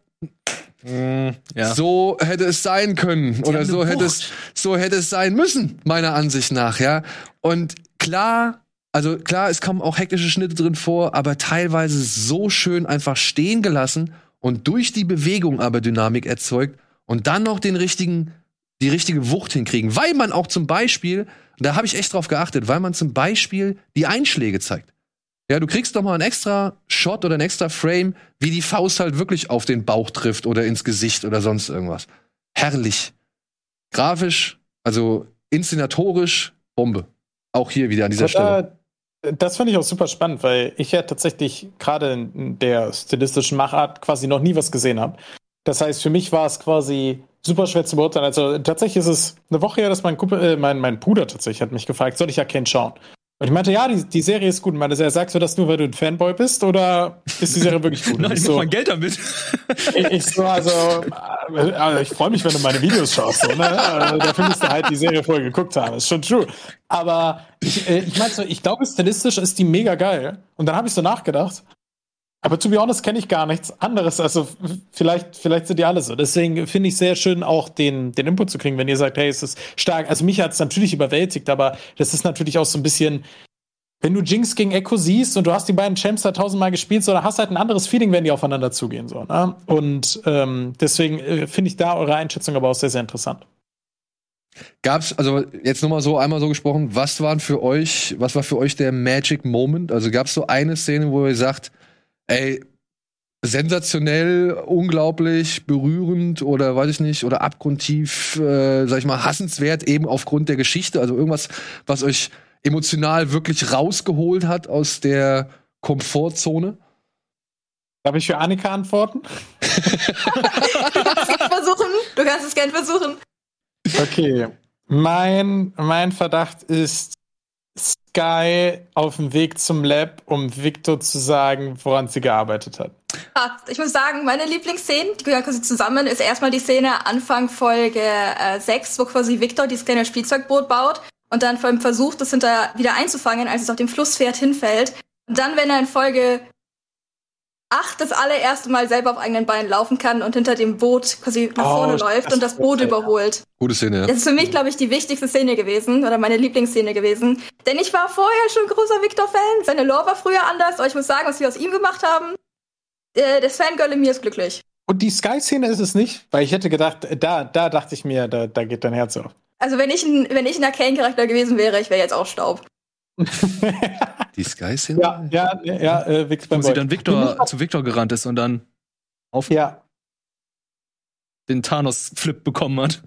Mm, ja. so hätte es sein können die oder so hätte es so hätte es sein müssen, meiner Ansicht nach, ja. Und klar, also klar, es kommen auch hektische Schnitte drin vor, aber teilweise so schön einfach stehen gelassen und durch die Bewegung aber Dynamik erzeugt und dann noch den richtigen, die richtige Wucht hinkriegen, weil man auch zum Beispiel, da habe ich echt drauf geachtet, weil man zum Beispiel die Einschläge zeigt. Ja, du kriegst doch mal einen extra Shot oder einen extra Frame, wie die Faust halt wirklich auf den Bauch trifft oder ins Gesicht oder sonst irgendwas. Herrlich. Grafisch, also inszenatorisch, Bombe. Auch hier wieder an dieser Stelle. Das finde ich auch super spannend, weil ich ja tatsächlich gerade in der stilistischen Machart quasi noch nie was gesehen habe. Das heißt, für mich war es quasi super schwer zu beurteilen. Also tatsächlich ist es eine Woche her, dass mein, Kumpel, äh, mein, mein Bruder tatsächlich hat mich gefragt, soll ich Arcane schauen? Und ich meinte, ja, die, die Serie ist gut. Und meinte, er sagst du das nur, weil du ein Fanboy bist? Oder ist die Serie wirklich gut? Nein, ich so, mach mein Geld damit. Ich, ich so, also, also ich freue mich, wenn du meine Videos schaust. So, ne? Dafür müsst ihr halt die Serie vorher geguckt haben. Ist schon true. Aber ich, ich meine so, ich glaube, stilistisch ist die mega geil. Und dann habe ich so nachgedacht. Aber to be honest kenne ich gar nichts anderes. Also vielleicht, vielleicht sind die alle so. Deswegen finde ich sehr schön, auch den, den Input zu kriegen, wenn ihr sagt, hey, es ist stark. Also mich hat es natürlich überwältigt, aber das ist natürlich auch so ein bisschen, wenn du Jinx gegen Echo siehst und du hast die beiden Champs da tausendmal gespielt, so, dann hast du halt ein anderes Feeling, wenn die aufeinander zugehen. So, ne? Und ähm, deswegen äh, finde ich da eure Einschätzung aber auch sehr, sehr interessant. Gab's, also jetzt nur mal so, einmal so gesprochen, was waren für euch, was war für euch der Magic Moment? Also gab's so eine Szene, wo ihr sagt, ey, sensationell, unglaublich, berührend oder weiß ich nicht, oder abgrundtief, äh, sag ich mal, hassenswert eben aufgrund der Geschichte, also irgendwas, was euch emotional wirklich rausgeholt hat aus der Komfortzone? Darf ich für Annika antworten? Du kannst es versuchen. Du kannst es gerne versuchen. Okay. Mein, mein Verdacht ist Sky auf dem Weg zum Lab, um Victor zu sagen, woran sie gearbeitet hat. Ich muss sagen, meine Lieblingsszene, die gehören quasi zusammen, ist erstmal die Szene Anfang Folge äh, sechs, wo quasi Victor dieses kleine Spielzeugboot baut und dann vor allem versucht, das hinter wieder einzufangen, als es auf dem Flusspferd hinfällt. Und dann, wenn er in Folge acht das allererste Mal selber auf eigenen Beinen laufen kann und hinter dem Boot quasi nach vorne oh, läuft und das Boot überholt. Gute Szene, ja. Das ist für mich, glaube ich, die wichtigste Szene gewesen oder meine Lieblingsszene gewesen. Denn ich war vorher schon großer Victor-Fan. Seine Lore war früher anders, aber ich muss sagen, was wir aus ihm gemacht haben, äh, das Fangirl in mir ist glücklich. Und die Sky-Szene ist es nicht? Weil ich hätte gedacht, da, da dachte ich mir, da, da geht dein Herz auf. Also wenn ich ein, wenn ich ein Arcane-Charakter gewesen wäre, ich wäre jetzt auch Staub. Die Sky-Szene? Ja, ja, ja, ja äh, Victor Wo sie dann Victor zu Victor gerannt ist und dann auf ja. den Thanos-Flip bekommen hat.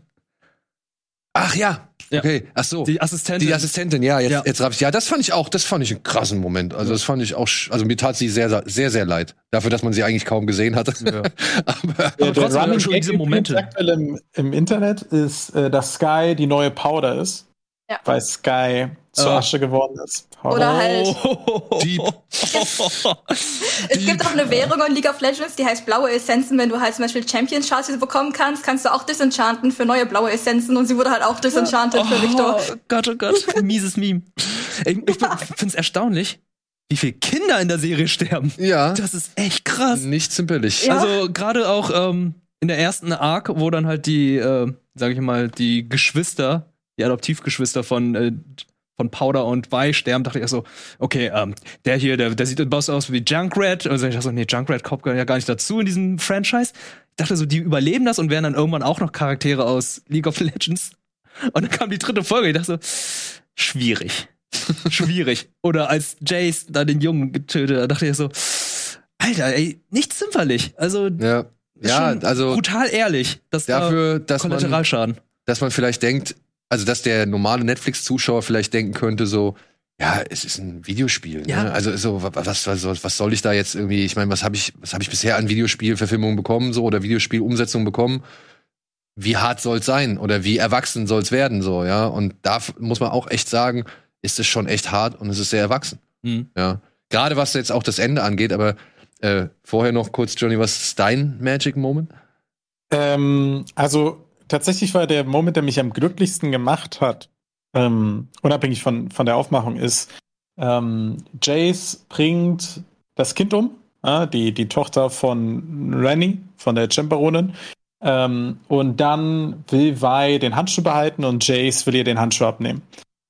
Ach ja, okay. Ach so. Die Assistentin. Die Assistentin, ja, jetzt, ja. jetzt raff ich. Ja, das fand ich auch, das fand ich einen krassen Moment. Also, das fand ich auch, also mir tat sie sehr, sehr, sehr leid. Dafür, dass man sie eigentlich kaum gesehen hatte. Ja. aber, ja, aber trotzdem Running schon diese Momente. Aktuell im, im Internet ist, äh, dass Sky die neue Powder ist. Ja. Weil Sky zu Asche geworden ist. Oh. Oder halt. Deep. Es gibt auch eine Währung in League of Legends, die heißt blaue Essenzen. Wenn du halt zum Beispiel Champions Charts bekommen kannst, kannst du auch disenchanten für neue blaue Essenzen. Und sie wurde halt auch disenchanted oh, für Victor. Oh Gott, oh Gott. Mieses Meme. Ich, ich finde es erstaunlich, wie viele Kinder in der Serie sterben. Ja. Das ist echt krass. Nicht zimperlich. Ja. Also gerade auch ähm, in der ersten Arc, wo dann halt die, äh, sag ich mal, die Geschwister, die Adoptivgeschwister von, äh, von Powder und Vi sterben, dachte ich so, okay, ähm, der hier, der, der sieht im Boss aus wie Junkrat. Also ich dachte so, nee, Junkrat kommt ja gar nicht dazu in diesem Franchise. Ich dachte so, die überleben das und werden dann irgendwann auch noch Charaktere aus League of Legends. Und dann kam die dritte Folge. Ich dachte so, schwierig. schwierig. Oder als Jace da den Jungen getötet, da dachte ich so, Alter, ey, nicht zimperlich. Also, Ja, ja also brutal ehrlich. Dass dafür, da dass man, Kollateralschaden. dass man vielleicht denkt, also dass der normale Netflix-Zuschauer vielleicht denken könnte, so, ja, es ist ein Videospiel. Ja. Ne? Also so, was, was, was soll ich da jetzt irgendwie? Ich meine, was habe ich, was habe ich bisher an Videospielverfilmungen bekommen, so oder Videospielumsetzungen bekommen? Wie hart soll's sein oder wie erwachsen soll's werden, so ja? Und da f- muss man auch echt sagen, ist es schon echt hart und es ist sehr erwachsen. Mhm. Ja, gerade was jetzt auch das Ende angeht. Aber äh, vorher noch kurz, Johnny, was ist dein Magic Moment? Ähm, also tatsächlich war der Moment, der mich am glücklichsten gemacht hat, ähm, unabhängig von, von der Aufmachung, ist, ähm, Jace bringt das Kind um, äh, die, die Tochter von Rennie, von der Chamberonin. Ähm, und dann will Vi den Handschuh behalten und Jace will ihr den Handschuh abnehmen.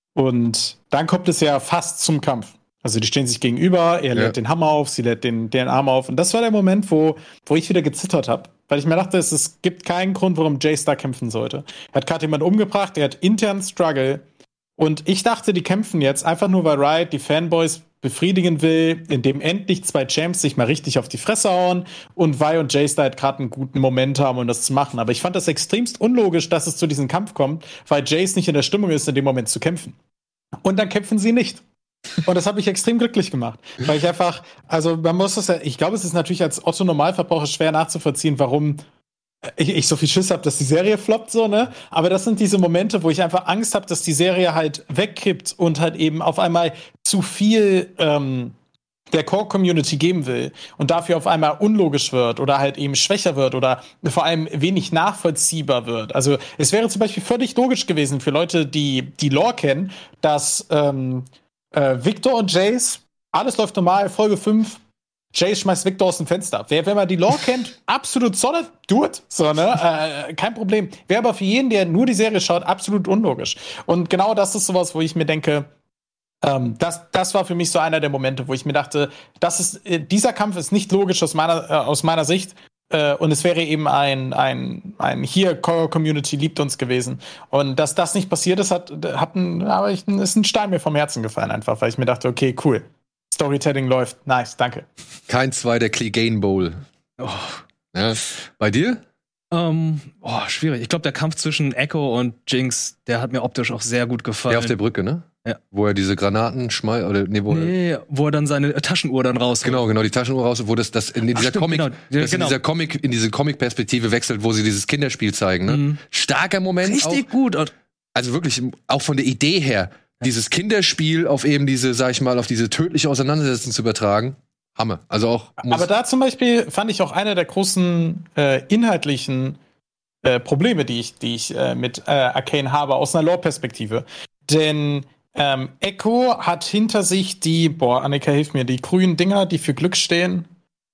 Und dann kommt es ja fast zum Kampf. Also die stehen sich gegenüber, er lädt Ja. den Hammer auf, sie lädt den, den Arm auf. Und das war der Moment, wo, wo ich wieder gezittert habe. Weil ich mir dachte, es, es gibt keinen Grund, warum Jace da kämpfen sollte. Er hat gerade jemanden umgebracht, er hat internen Struggle. Und ich dachte, die kämpfen jetzt einfach nur, weil Riot die Fanboys befriedigen will, indem endlich zwei Champs sich mal richtig auf die Fresse hauen und Vi und Jace da halt gerade einen guten Moment haben, um das zu machen. Aber ich fand das extremst unlogisch, dass es zu diesem Kampf kommt, weil Jace nicht in der Stimmung ist, in dem Moment zu kämpfen. Und dann kämpfen sie nicht. Und das hat mich extrem glücklich gemacht. Weil ich einfach, also man muss das ja, ich glaube, es ist natürlich als Otto-Normalverbraucher schwer nachzuvollziehen, warum ich, ich so viel Schiss habe, dass die Serie floppt, so, ne? Aber das sind diese Momente, wo ich einfach Angst habe, dass die Serie halt wegkippt und halt eben auf einmal zu viel ähm, der Core-Community geben will und dafür auf einmal unlogisch wird oder halt eben schwächer wird oder vor allem wenig nachvollziehbar wird. Also es wäre zum Beispiel völlig logisch gewesen für Leute, die die Lore kennen, dass ähm, äh, Victor und Jace, alles läuft normal, Folge fünf, Jace schmeißt Victor aus dem Fenster. Wer, wenn man die Lore kennt, absolut solid, do it. So, ne? Äh, kein Problem. Wäre aber für jeden, der nur die Serie schaut, absolut unlogisch. Und genau das ist sowas, wo ich mir denke, ähm, das, das war für mich so einer der Momente, wo ich mir dachte, das ist, äh, dieser Kampf ist nicht logisch aus meiner, äh, aus meiner Sicht. Äh, und es wäre eben ein, ein, ein hier, Core-Community liebt uns gewesen. Und dass das nicht passiert ist, hat, hat ein, aber ich, ist ein Stein mir vom Herzen gefallen einfach, weil ich mir dachte, okay, cool. Storytelling läuft. Nice, danke. Kein zwei der Clegane Bowl. Oh. Ja. Bei dir? Ähm, oh, schwierig. Ich glaube, der Kampf zwischen Echo und Jinx, der hat mir optisch auch sehr gut gefallen. Der auf der Brücke, ne? Ja. Wo er diese Granaten schmeißt, oder nee, wo Nee, wo er dann seine Taschenuhr dann raus. Genau, genau, die Taschenuhr raus, wo das, das in dieser stimmt, Comic, genau. Ja, das genau. in dieser Comic, in diese Comic-Perspektive wechselt, wo sie dieses Kinderspiel zeigen, ne? Mhm. Starker Moment. Richtig auch, gut. Und also wirklich, auch von der Idee her, dieses Kinderspiel auf eben diese, sag ich mal, auf diese tödliche Auseinandersetzung zu übertragen. Hammer. Also auch. muss- Aber da zum Beispiel fand ich auch einer der großen äh, inhaltlichen äh, Probleme, die ich, die ich äh, mit äh, Arcane habe, aus einer Lore-Perspektive. Denn ähm, Echo hat hinter sich die, boah, Annika, hilf mir, die grünen Dinger, die für Glück stehen.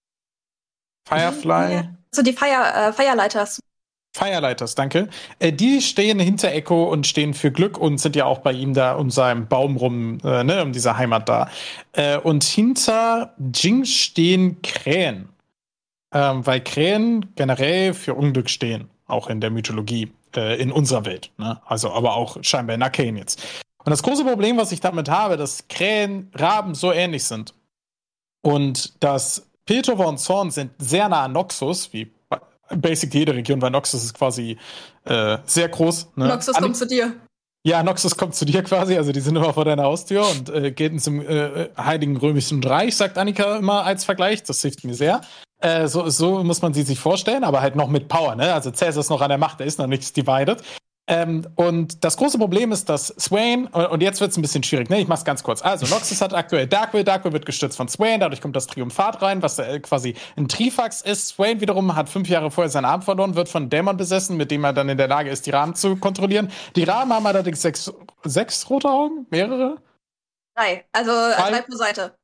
Firefly. So die Fire, äh, Firelights. Firelights, danke. Äh, die stehen hinter Echo und stehen für Glück und sind ja auch bei ihm da um seinen Baum rum, äh, ne, um diese Heimat da. Äh, und hinter Jinx stehen Krähen. Ähm, weil Krähen generell für Unglück stehen, auch in der Mythologie, äh, in unserer Welt. Ne? Also aber auch scheinbar in Arcane jetzt. Und das große Problem, was ich damit habe, dass Krähen, Raben so ähnlich sind. Und dass Piltover und Zorn sind sehr nah an Noxus, wie basic jede Region, weil Noxus ist quasi äh, sehr groß. Ne? Noxus An- kommt zu dir. Ja, Noxus kommt zu dir quasi, also die sind immer vor deiner Haustür und äh, geht zum äh, Heiligen Römischen Reich, sagt Annika immer als Vergleich, das hilft mir sehr. Äh, so, so muss man sie sich vorstellen, aber halt noch mit Power, ne? Also Caesar ist noch an der Macht, der ist noch nichts divided. Ähm, und das große Problem ist, dass Swain, und jetzt wird es ein bisschen schwierig, ne? Ich mach's ganz kurz. Also, Noxus hat aktuell Darkwill, Darkwill wird gestützt von Swain, dadurch kommt das Triumphat rein, was äh, quasi ein Trifax ist. Swain wiederum hat fünf Jahre vorher seinen Arm verloren, wird von Dämon besessen, mit dem er dann in der Lage ist, die Raben zu kontrollieren. Die Raben haben allerdings sechs, sechs rote Augen? Mehrere? Drei. Also äh, drei pro Seite.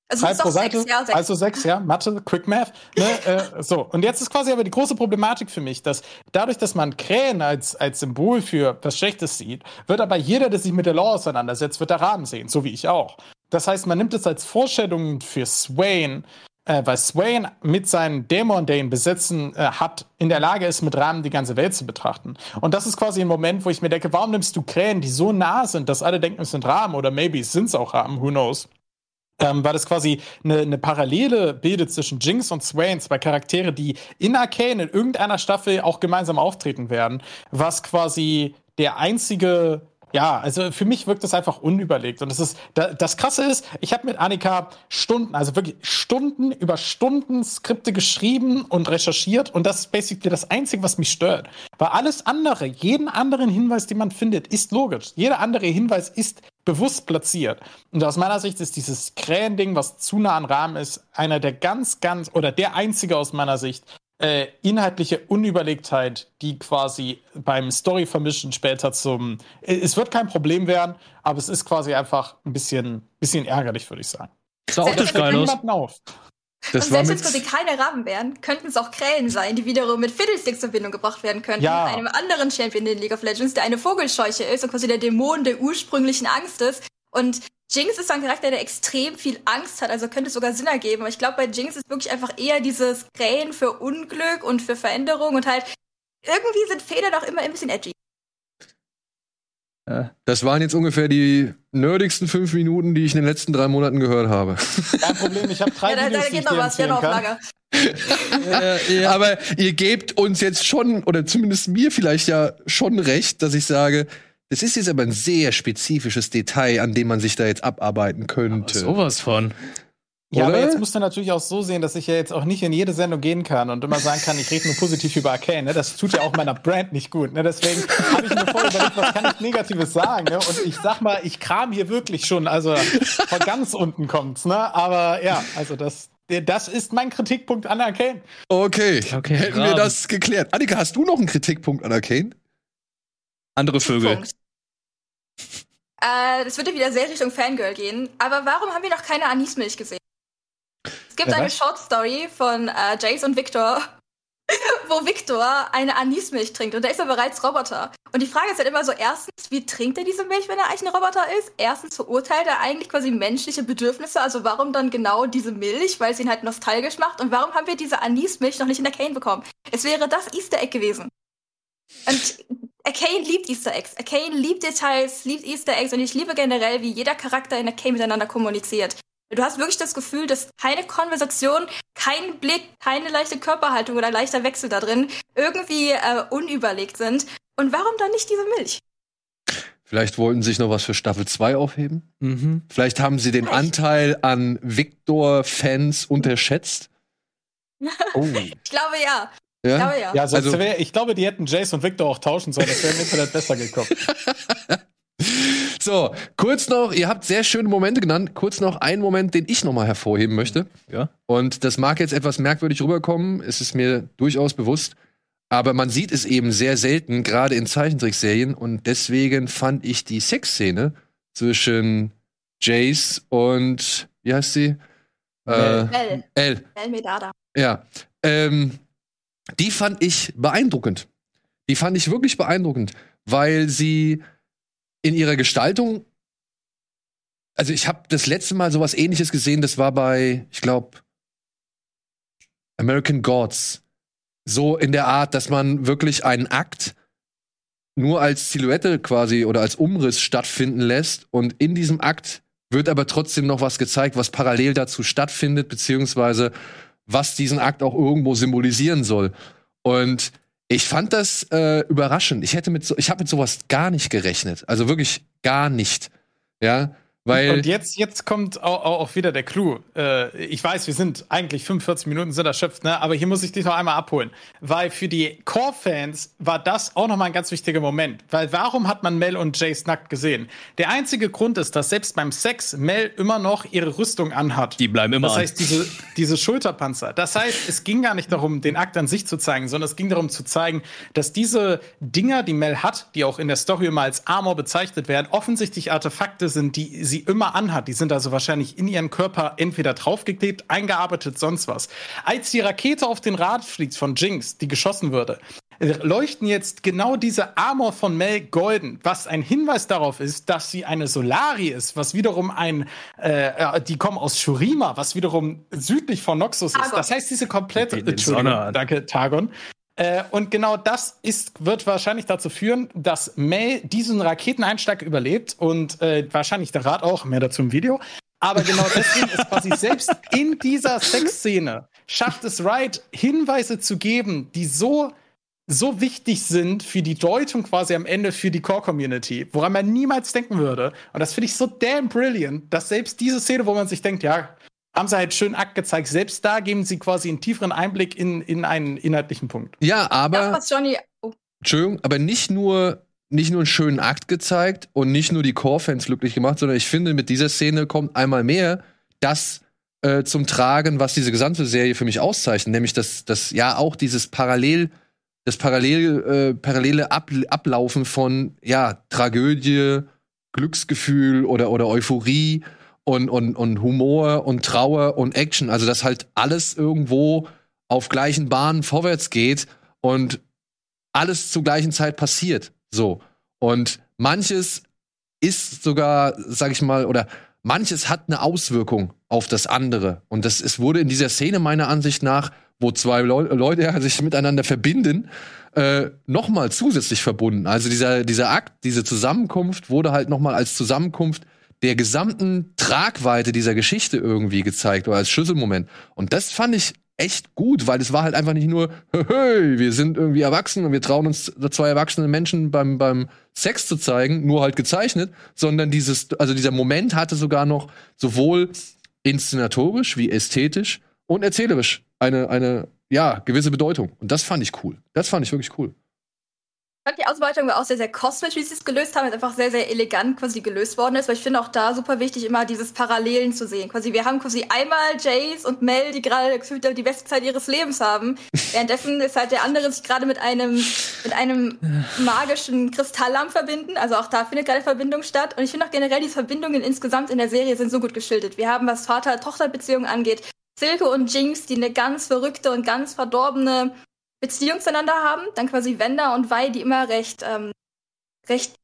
Also, Drei es ist pro auch Seite, sechs, ja, sechs. also sechs, ja, Mathe, Quick Math. Ne, äh, so, und jetzt ist quasi aber die große Problematik für mich, dass dadurch, dass man Krähen als, als Symbol für was Schlechtes sieht, wird aber jeder, der sich mit der Lore auseinandersetzt, wird der Raben sehen, so wie ich auch. Das heißt, man nimmt es als Vorstellung für Swain, äh, weil Swain mit seinen Dämon, der ihn besetzen äh, hat, in der Lage ist, mit Raben die ganze Welt zu betrachten. Und das ist quasi ein Moment, wo ich mir denke, warum nimmst du Krähen, die so nah sind, dass alle denken, es sind Raben, oder maybe sind es auch Raben, who knows? Ähm, weil das quasi eine, eine Parallele bildet zwischen Jinx und Swain, zwei Charaktere, die in Arcane in irgendeiner Staffel auch gemeinsam auftreten werden, was quasi der einzige, ja, also für mich wirkt das einfach unüberlegt. Und das ist, das Krasse ist, ich habe mit Annika Stunden, also wirklich Stunden über Stunden Skripte geschrieben und recherchiert, und das ist basically das Einzige, was mich stört. Weil alles andere, jeden anderen Hinweis, den man findet, ist logisch. Jeder andere Hinweis ist bewusst platziert. Und aus meiner Sicht ist dieses Krähending, was zu nah an Rahmen ist, einer der ganz, ganz, oder der einzige aus meiner Sicht, äh, inhaltliche Unüberlegtheit, die quasi beim Story-Vermischen später zum, äh, es wird kein Problem werden, aber es ist quasi einfach ein bisschen, bisschen ärgerlich, würde ich sagen. Das sah optisch geil aus. Auf. Das und war selbst mit wenn es quasi keine Raben wären, könnten es auch Krähen sein, die wiederum mit Fiddlesticks in Verbindung gebracht werden könnten. Ja. Mit einem anderen Champion in League of Legends, der eine Vogelscheuche ist und quasi der Dämon der ursprünglichen Angst ist. Und Jinx ist so ein Charakter, der extrem viel Angst hat, also könnte es sogar Sinn ergeben. Aber ich glaube, bei Jinx ist wirklich einfach eher dieses Krähen für Unglück und für Veränderung, und halt irgendwie sind Federn doch immer ein bisschen edgy. Das waren jetzt ungefähr die nerdigsten fünf Minuten, die ich in den letzten drei Monaten gehört habe. Kein Problem, ich habe drei Ja, da, Videos, da die geht ich noch dir was, ja empfehlen noch auf kann. Lager. äh, ja. Aber ihr gebt uns jetzt schon, oder zumindest mir vielleicht ja schon recht, dass ich sage, das ist jetzt aber ein sehr spezifisches Detail, an dem man sich da jetzt abarbeiten könnte. Aber sowas von. Ja, Oder? aber jetzt musst du natürlich auch so sehen, dass ich ja jetzt auch nicht in jede Sendung gehen kann und immer sagen kann, ich rede nur positiv über Arcane. Ne? Das tut ja auch meiner Brand nicht gut. Ne? Deswegen habe ich mir vorher überlegt, was kann ich Negatives sagen. Ne? Und ich sag mal, ich kram hier wirklich schon, also von ganz unten kommt's. Ne? Aber ja, also das, das ist mein Kritikpunkt an Arcane. Okay, Okay, hätten wir Raben. das geklärt. Annika, hast du noch einen Kritikpunkt an Arcane? Andere Vögel. Punkt. Äh, das würde wieder sehr Richtung Fangirl gehen. Aber warum haben wir noch keine Anismilch gesehen? Es gibt Ja, eine was? Short-Story von äh, Jace und Victor, wo Victor eine Anismilch trinkt. Und da ist er bereits Roboter. Und die Frage ist halt immer so, erstens, wie trinkt er diese Milch, wenn er eigentlich ein Roboter ist? Erstens, verurteilt er eigentlich quasi menschliche Bedürfnisse? Also warum dann genau diese Milch? Weil es ihn halt nostalgisch macht. Und warum haben wir diese Anismilch noch nicht in Arcane bekommen? Es wäre das Easter Egg gewesen. Und Arcane liebt Easter Eggs. Arcane liebt Details, liebt Easter Eggs. Und ich liebe generell, wie jeder Charakter in Arcane miteinander kommuniziert. Du hast wirklich das Gefühl, dass keine Konversation, kein Blick, keine leichte Körperhaltung oder leichter Wechsel da drin irgendwie äh, unüberlegt sind. Und warum dann nicht diese Milch? Vielleicht wollten sie sich noch was für Staffel zwei aufheben. Mhm. Vielleicht haben sie den Anteil an Victor-Fans unterschätzt. Oh. Ich glaube ja. Ja? Ich glaube ja. Ja, sonst Also- wär, ich glaube, die hätten Jace und Victor auch tauschen sollen. Das wäre im Internet besser gekommen. So, kurz noch, ihr habt sehr schöne Momente genannt. Kurz noch einen Moment, den ich noch mal hervorheben möchte. Ja. Und das mag jetzt etwas merkwürdig rüberkommen, es ist mir durchaus bewusst. Aber man sieht es eben sehr selten, gerade in Zeichentrickserien. Und deswegen fand ich die Sexszene zwischen Jace und, wie heißt sie? Äh, Mel. Elle. Mel Medada. Ja. Ähm, die fand ich beeindruckend. Die fand ich wirklich beeindruckend, weil sie in ihrer Gestaltung, also ich habe das letzte Mal sowas Ähnliches gesehen, das war bei, ich glaube, American Gods. So in der Art, dass man wirklich einen Akt nur als Silhouette quasi oder als Umriss stattfinden lässt und in diesem Akt wird aber trotzdem noch was gezeigt, was parallel dazu stattfindet, beziehungsweise was diesen Akt auch irgendwo symbolisieren soll. Und ich fand das äh, überraschend. Ich hätte mit so, ich habe mit sowas gar nicht gerechnet. Also wirklich gar nicht. Ja, weil Und jetzt, jetzt kommt auch, auch wieder der Clou. Äh, ich weiß, wir sind eigentlich fünfundvierzig Minuten sind erschöpft, ne? Aber hier muss ich dich noch einmal abholen. Weil für die Core-Fans war das auch noch mal ein ganz wichtiger Moment. Weil warum hat man Mel und Jace nackt gesehen? Der einzige Grund ist, dass selbst beim Sex Mel immer noch ihre Rüstung anhat. Die bleiben immer Das an. heißt, diese, diese Schulterpanzer. Das heißt, es ging gar nicht darum, den Akt an sich zu zeigen, sondern es ging darum zu zeigen, dass diese Dinger, die Mel hat, die auch in der Story immer als Armor bezeichnet werden, offensichtlich Artefakte sind, die sie immer anhat. Die sind also wahrscheinlich in ihren Körper entweder draufgeklebt, eingearbeitet, sonst was. Als die Rakete auf den Rad fliegt von Jinx, die geschossen würde, leuchten jetzt genau diese Armor von Mel golden, was ein Hinweis darauf ist, dass sie eine Solari ist, was wiederum ein, äh, die kommen aus Shurima, was wiederum südlich von Noxus ist. Das heißt, diese komplette, Entschuldigung, danke, Targon. Äh, und genau das ist, wird wahrscheinlich dazu führen, dass Mel diesen Raketeneinschlag überlebt und äh, wahrscheinlich der Rat auch, mehr dazu im Video. Aber genau deswegen ist quasi selbst in dieser Sexszene schafft es Riot, Hinweise zu geben, die so so wichtig sind für die Deutung quasi am Ende für die Core-Community, woran man niemals denken würde. Und das finde ich so damn brilliant, dass selbst diese Szene, wo man sich denkt, ja, haben sie halt schön Akt gezeigt, selbst da geben sie quasi einen tieferen Einblick in, in einen inhaltlichen Punkt. Ja, aber das, was Johnny oh. Entschuldigung, aber nicht nur nicht nur einen schönen Akt gezeigt und nicht nur die Core-Fans glücklich gemacht, sondern ich finde, mit dieser Szene kommt einmal mehr das äh, zum Tragen, was diese gesamte Serie für mich auszeichnet, nämlich dass das ja auch dieses Parallel das parallel, äh, parallele Ab Ablaufen von ja, Tragödie, Glücksgefühl oder, oder Euphorie und, und, und Humor und Trauer und Action. Also, dass halt alles irgendwo auf gleichen Bahnen vorwärts geht und alles zur gleichen Zeit passiert. So. Und manches ist sogar, sag ich mal, oder manches hat eine Auswirkung auf das andere. Und das es wurde in dieser Szene meiner Ansicht nach, wo zwei Leu Leute ja, sich miteinander verbinden, äh, noch mal zusätzlich verbunden. Also dieser, dieser Akt, diese Zusammenkunft wurde halt noch mal als Zusammenkunft der gesamten Tragweite dieser Geschichte irgendwie gezeigt oder als Schlüsselmoment. Und das fand ich echt gut, weil es war halt einfach nicht nur, hey, wir sind irgendwie erwachsen und wir trauen uns zwei erwachsene Menschen beim, beim Sex zu zeigen, nur halt gezeichnet, sondern dieses, also dieser Moment hatte sogar noch sowohl inszenatorisch wie ästhetisch und erzählerisch eine, eine, ja, gewisse Bedeutung. Und das fand ich cool. Das fand ich wirklich cool. Ich fand die Ausarbeitung war auch sehr, sehr kosmisch, wie sie es gelöst haben. Es ist einfach sehr, sehr elegant quasi gelöst worden ist. Weil ich finde auch da super wichtig, immer dieses Parallelen zu sehen. Quasi, wir haben quasi einmal Jace und Mel, die gerade die beste Zeit ihres Lebens haben. Währenddessen ist halt der andere sich gerade mit einem, mit einem magischen Kristalllamm verbinden. Also auch da findet gerade Verbindung statt. Und ich finde auch generell, die Verbindungen insgesamt in der Serie sind so gut geschildert. Wir haben, was Vater-Tochter-Beziehungen angeht, Silke und Jinx, die eine ganz verrückte und ganz verdorbene Beziehung zueinander haben. Dann quasi Wenda und Vi, die immer recht, ähm, recht,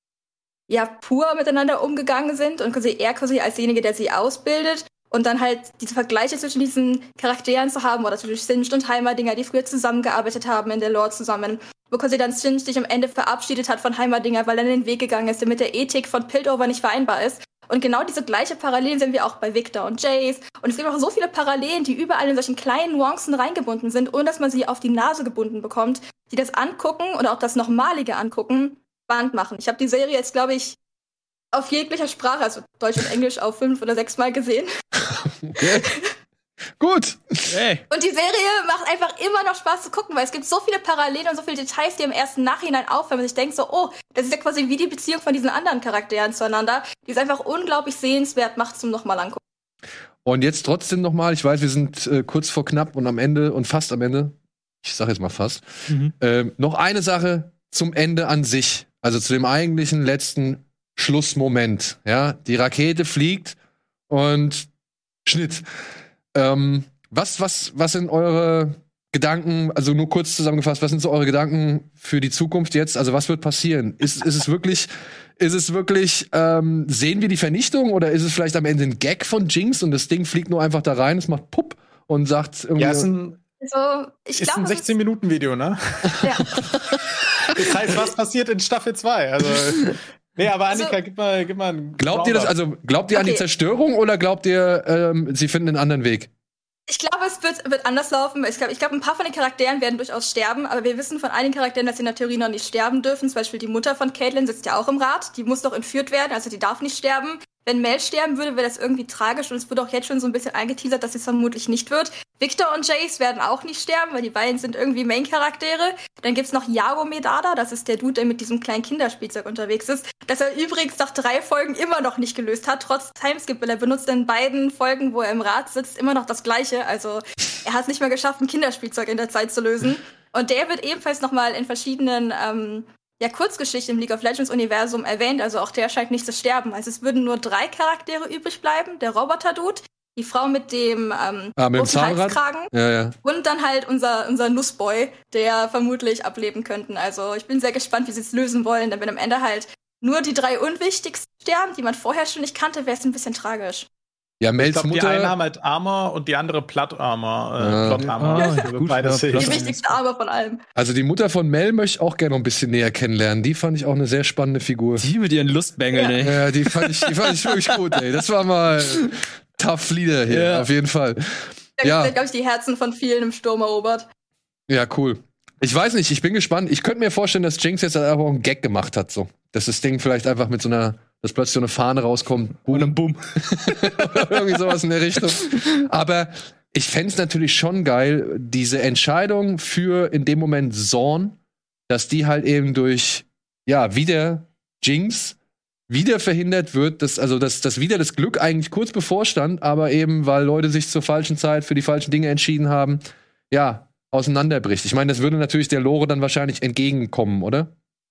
ja, pur miteinander umgegangen sind und quasi er quasi als derjenige, der sie ausbildet. Und dann halt diese Vergleiche zwischen diesen Charakteren zu haben, oder zwischen Singed und Heimerdinger, die früher zusammengearbeitet haben in der Lore zusammen. Wo quasi dann Singed sich am Ende verabschiedet hat von Heimerdinger, weil er den Weg gegangen ist, der mit der Ethik von Piltover nicht vereinbar ist. Und genau diese gleiche Parallelen sehen wir auch bei Victor und Jace. Und es gibt auch so viele Parallelen, die überall in solchen kleinen Nuancen reingebunden sind, ohne dass man sie auf die Nase gebunden bekommt, die das Angucken oder auch das nochmalige Angucken spannend machen. Ich habe die Serie jetzt, glaube ich, auf jeglicher Sprache, also Deutsch und Englisch, auf fünf oder sechs Mal gesehen. Okay. Gut. Hey. Und die Serie macht einfach immer noch Spaß zu gucken, weil es gibt so viele Parallelen und so viele Details, die im ersten Nachhinein auffallen, wenn man sich denkt so, oh, das ist ja quasi wie die Beziehung von diesen anderen Charakteren zueinander. Die ist einfach unglaublich sehenswert, macht zum nochmal angucken. Und jetzt trotzdem nochmal, ich weiß, wir sind äh, kurz vor knapp und am Ende und fast am Ende, ich sag jetzt mal fast, mhm. ähm, noch eine Sache zum Ende an sich, also zu dem eigentlichen letzten Schlussmoment. Ja, die Rakete fliegt und Schnitt. Ähm, was, was, was sind eure Gedanken, also nur kurz zusammengefasst, was sind so eure Gedanken für die Zukunft jetzt? Also was wird passieren? Ist, ist es wirklich, ist es wirklich, ähm, sehen wir die Vernichtung oder ist es vielleicht am Ende ein Gag von Jinx und das Ding fliegt nur einfach da rein, es macht Pupp und sagt irgendwie. Ja, ist ein, also, ich ist glaub, ein sechzehn Minuten Video, ne? Ja. Das heißt, was passiert in Staffel zwei? Also. Nee, aber Annika, also, gib mal, gib mal einen Glaubt ihr das, also glaubt ihr okay. an die Zerstörung oder glaubt ihr, ähm, sie finden einen anderen Weg? Ich glaube, es wird, wird anders laufen. Ich glaube, ich glaub, ein paar von den Charakteren werden durchaus sterben, aber wir wissen von einigen Charakteren, dass sie in der Theorie noch nicht sterben dürfen. Zum Beispiel die Mutter von Caitlyn sitzt ja auch im Rat. Die muss noch entführt werden, also die darf nicht sterben. Wenn Mel sterben würde, wäre das irgendwie tragisch und es wurde auch jetzt schon so ein bisschen angeteasert, dass es vermutlich nicht wird. Victor und Jace werden auch nicht sterben, weil die beiden sind irgendwie Main-Charaktere. Dann gibt's noch Yago Medada, das ist der Dude, der mit diesem kleinen Kinderspielzeug unterwegs ist, das er übrigens nach drei Folgen immer noch nicht gelöst hat, trotz Timeskip, weil er benutzt in beiden Folgen, wo er im Rat sitzt, immer noch das Gleiche. Also er hat es nicht mal geschafft, ein Kinderspielzeug in der Zeit zu lösen. Und der wird ebenfalls noch mal in verschiedenen ähm, ja, Kurzgeschichte im League of Legends-Universum erwähnt, also auch der scheint nicht zu sterben. Also es würden nur drei Charaktere übrig bleiben, der Roboter-Dude, die Frau mit dem ähm, ah, mit dem großen Zahnrad? Halskragen Ja, ja. und dann halt unser, unser Nussboy, der vermutlich ableben könnten. Also ich bin sehr gespannt, wie sie es lösen wollen, damit am Ende halt nur die drei unwichtigsten sterben, die man vorher schon nicht kannte, wäre es ein bisschen tragisch. Ja, Ich Mels glaube, die Mutter. eine haben halt Armor und die andere Platt-Armor. Äh, Ja. Plot-Armor. Ah, Also gut, beides ja, hilft. Die wichtigste Arme von allem. Also die Mutter von Mel möchte ich auch gerne noch ein bisschen näher kennenlernen. Die fand ich auch eine sehr spannende Figur. Die mit ihren Lustbängeln, Ja. ey. Ja, die fand ich, die fand ich wirklich gut, ey. Das war mal tough Leader hier, Ja. auf jeden Fall. Der Ja. ja. glaube ich, die Herzen von vielen im Sturm erobert. Ja, cool. Ich weiß nicht, ich bin gespannt. Ich könnte mir vorstellen, dass Jinx jetzt einfach auch einen Gag gemacht hat, so. Dass das Ding vielleicht einfach mit so einer, dass plötzlich so eine Fahne rauskommt. Und dann bumm. Oder irgendwie sowas in der Richtung. Aber ich fänd's natürlich schon geil, diese Entscheidung für in dem Moment Zorn, dass die halt eben durch, ja, wieder Jinx wieder verhindert wird, dass, also dass, dass wieder das Glück eigentlich kurz bevorstand, aber eben, weil Leute sich zur falschen Zeit für die falschen Dinge entschieden haben, ja, auseinanderbricht. Ich meine, das würde natürlich der Lore dann wahrscheinlich entgegenkommen, oder?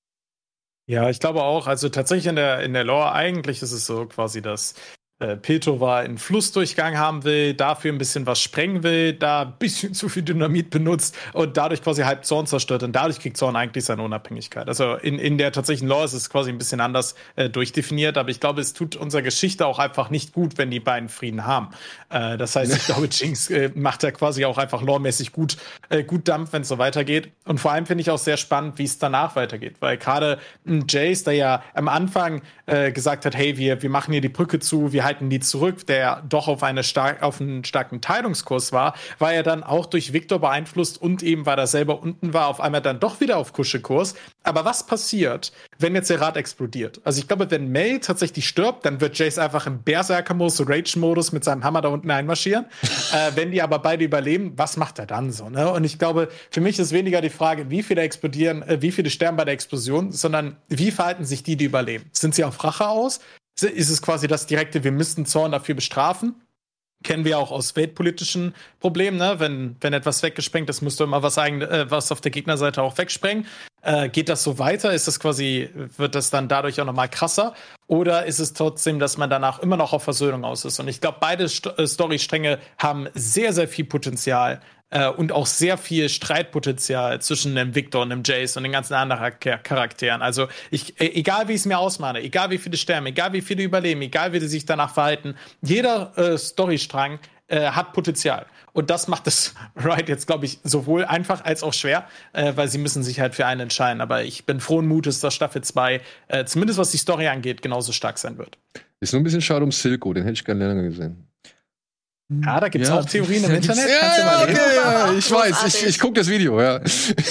Ja, ich glaube auch. Also tatsächlich in der, in der Lore eigentlich ist es so quasi, dass äh, Piltover einen Flussdurchgang haben will, dafür ein bisschen was sprengen will, da ein bisschen zu viel Dynamit benutzt und dadurch quasi halb Zorn zerstört. Und dadurch kriegt Zorn eigentlich seine Unabhängigkeit. Also in, in der tatsächlichen Lore ist es quasi ein bisschen anders äh, durchdefiniert, aber ich glaube, es tut unserer Geschichte auch einfach nicht gut, wenn die beiden Frieden haben. Äh, das heißt, ich glaube, Jinx äh, macht da quasi auch einfach loremäßig gut, äh, gut Dampf, wenn es so weitergeht. Und vor allem finde ich auch sehr spannend, wie es danach weitergeht, weil gerade ein Jace, der ja am Anfang äh, gesagt hat, hey, wir, wir machen hier die Brücke zu, wir halten die zurück, der doch auf, eine stark, auf einen starken Teilungskurs war, war er dann auch durch Victor beeinflusst und eben, weil er selber unten war, auf einmal dann doch wieder auf Kuschekurs. Aber was passiert, wenn jetzt der Rad explodiert? Also ich glaube, wenn Mel tatsächlich stirbt, dann wird Jace einfach im Berserker-Modus, so Rage-Modus mit seinem Hammer da unten einmarschieren. äh, wenn die aber beide überleben, was macht er dann so? Ne? Und ich glaube, für mich ist weniger die Frage, wie viele explodieren, äh, wie viele sterben bei der Explosion, sondern wie verhalten sich die, die überleben? Sind sie auf Rache aus? Ist es quasi das direkte, wir müssten Zorn dafür bestrafen? Kennen wir auch aus weltpolitischen Problemen, ne? Wenn, wenn etwas weggesprengt ist, musst du immer was, eigen, äh, was auf der Gegnerseite auch wegsprengen. Äh, geht das so weiter? Ist das quasi, wird das dann dadurch auch nochmal krasser? Oder ist es trotzdem, dass man danach immer noch auf Versöhnung aus ist? Und ich glaube, beide St- äh, Storystränge haben sehr, sehr viel Potenzial äh, und auch sehr viel Streitpotenzial zwischen dem Victor und dem Jace und den ganzen anderen Char- Charakteren. Also ich, äh, egal wie ich es mir ausmale, egal wie viele sterben, egal wie viele überleben, egal wie sie sich danach verhalten, jeder äh, Storystrang äh, hat Potenzial. Und das macht es Riot jetzt, glaube ich, sowohl einfach als auch schwer, äh, weil sie müssen sich halt für einen entscheiden. Aber ich bin frohen Mutes, dass Staffel zwei, äh, zumindest was die Story angeht, genauso stark sein wird. Ist nur ein bisschen schade um Silco, den hätte ich gerne länger gesehen. Ja, da gibt's Ja, auch Theorien im da Internet. Ja, Kannst du ja, mal okay, lesen. ja, ich weiß, ich, ich gucke das Video, ja.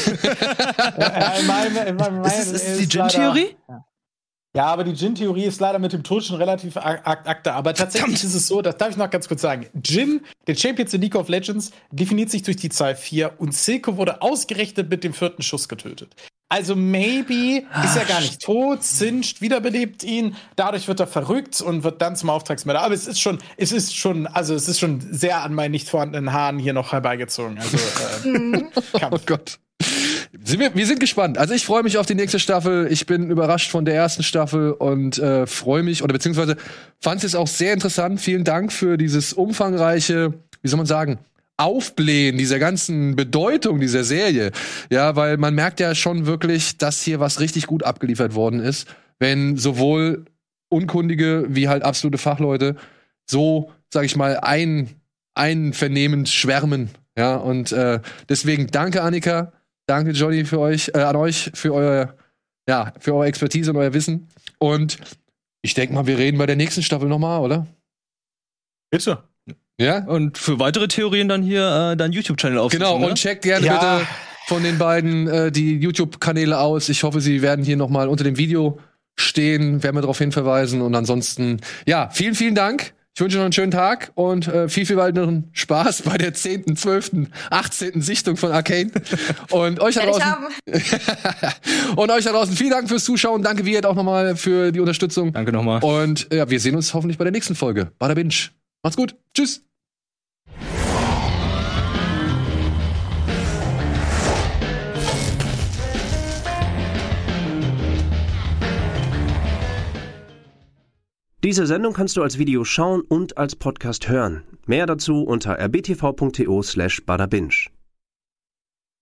Ja, in meinem, in meinem, Ist, es- ist es die ist leider- Jin-Theorie? Ja, aber die Jin-Theorie ist leider mit dem Tod schon relativ ak- ak- akta. Aber tatsächlich Verdammt. ist es so, das darf ich noch ganz kurz sagen. Jin, der Champion in League of Legends, definiert sich durch die Zahl vier und Silco wurde ausgerechnet mit dem vierten Schuss getötet. Also maybe ist er gar nicht tot, Singed wiederbelebt ihn, dadurch wird er verrückt und wird dann zum Auftragsmörder. Aber es ist schon, es ist schon, also es ist schon sehr an meinen nicht vorhandenen Haaren hier noch herbeigezogen. Also äh, Oh Kampf. Gott. Sind wir, wir sind gespannt. Also ich freue mich auf die nächste Staffel. Ich bin überrascht von der ersten Staffel und äh, freue mich, oder beziehungsweise fand es auch sehr interessant. Vielen Dank für dieses umfangreiche, wie soll man sagen, Aufblähen dieser ganzen Bedeutung dieser Serie. Ja, weil man merkt ja schon wirklich, dass hier was richtig gut abgeliefert worden ist, wenn sowohl Unkundige wie halt absolute Fachleute so, sag ich mal, ein, einvernehmend schwärmen. Ja, und äh, deswegen danke, Annika. Danke, Johnny, für euch, äh, an euch, für euer, ja, für eure Expertise und euer Wissen. Und ich denke mal, wir reden bei der nächsten Staffel nochmal, oder? Bitte. Ja? Und für weitere Theorien dann hier äh, deinen YouTube-Channel aufrufen. Genau, ne? und checkt gerne Ja. bitte von den beiden äh, die YouTube-Kanäle aus. Ich hoffe, sie werden hier nochmal unter dem Video stehen, werden wir darauf hinverweisen. Und ansonsten, ja, vielen, vielen Dank. Ich wünsche noch einen schönen Tag und äh, viel, viel weiteren Spaß bei der zehnten, zwölften, achtzehnten Sichtung von Arcane. Und euch da Werde ich draußen. haben. Und euch da draußen vielen Dank fürs Zuschauen. Danke, Wirt, auch nochmal für die Unterstützung. Danke nochmal. Und ja, wir sehen uns hoffentlich bei der nächsten Folge. Bada Binge. Macht's gut. Tschüss. Diese Sendung kannst du als Video schauen und als Podcast hören. Mehr dazu unter r b t v punkt t o slash bada binge.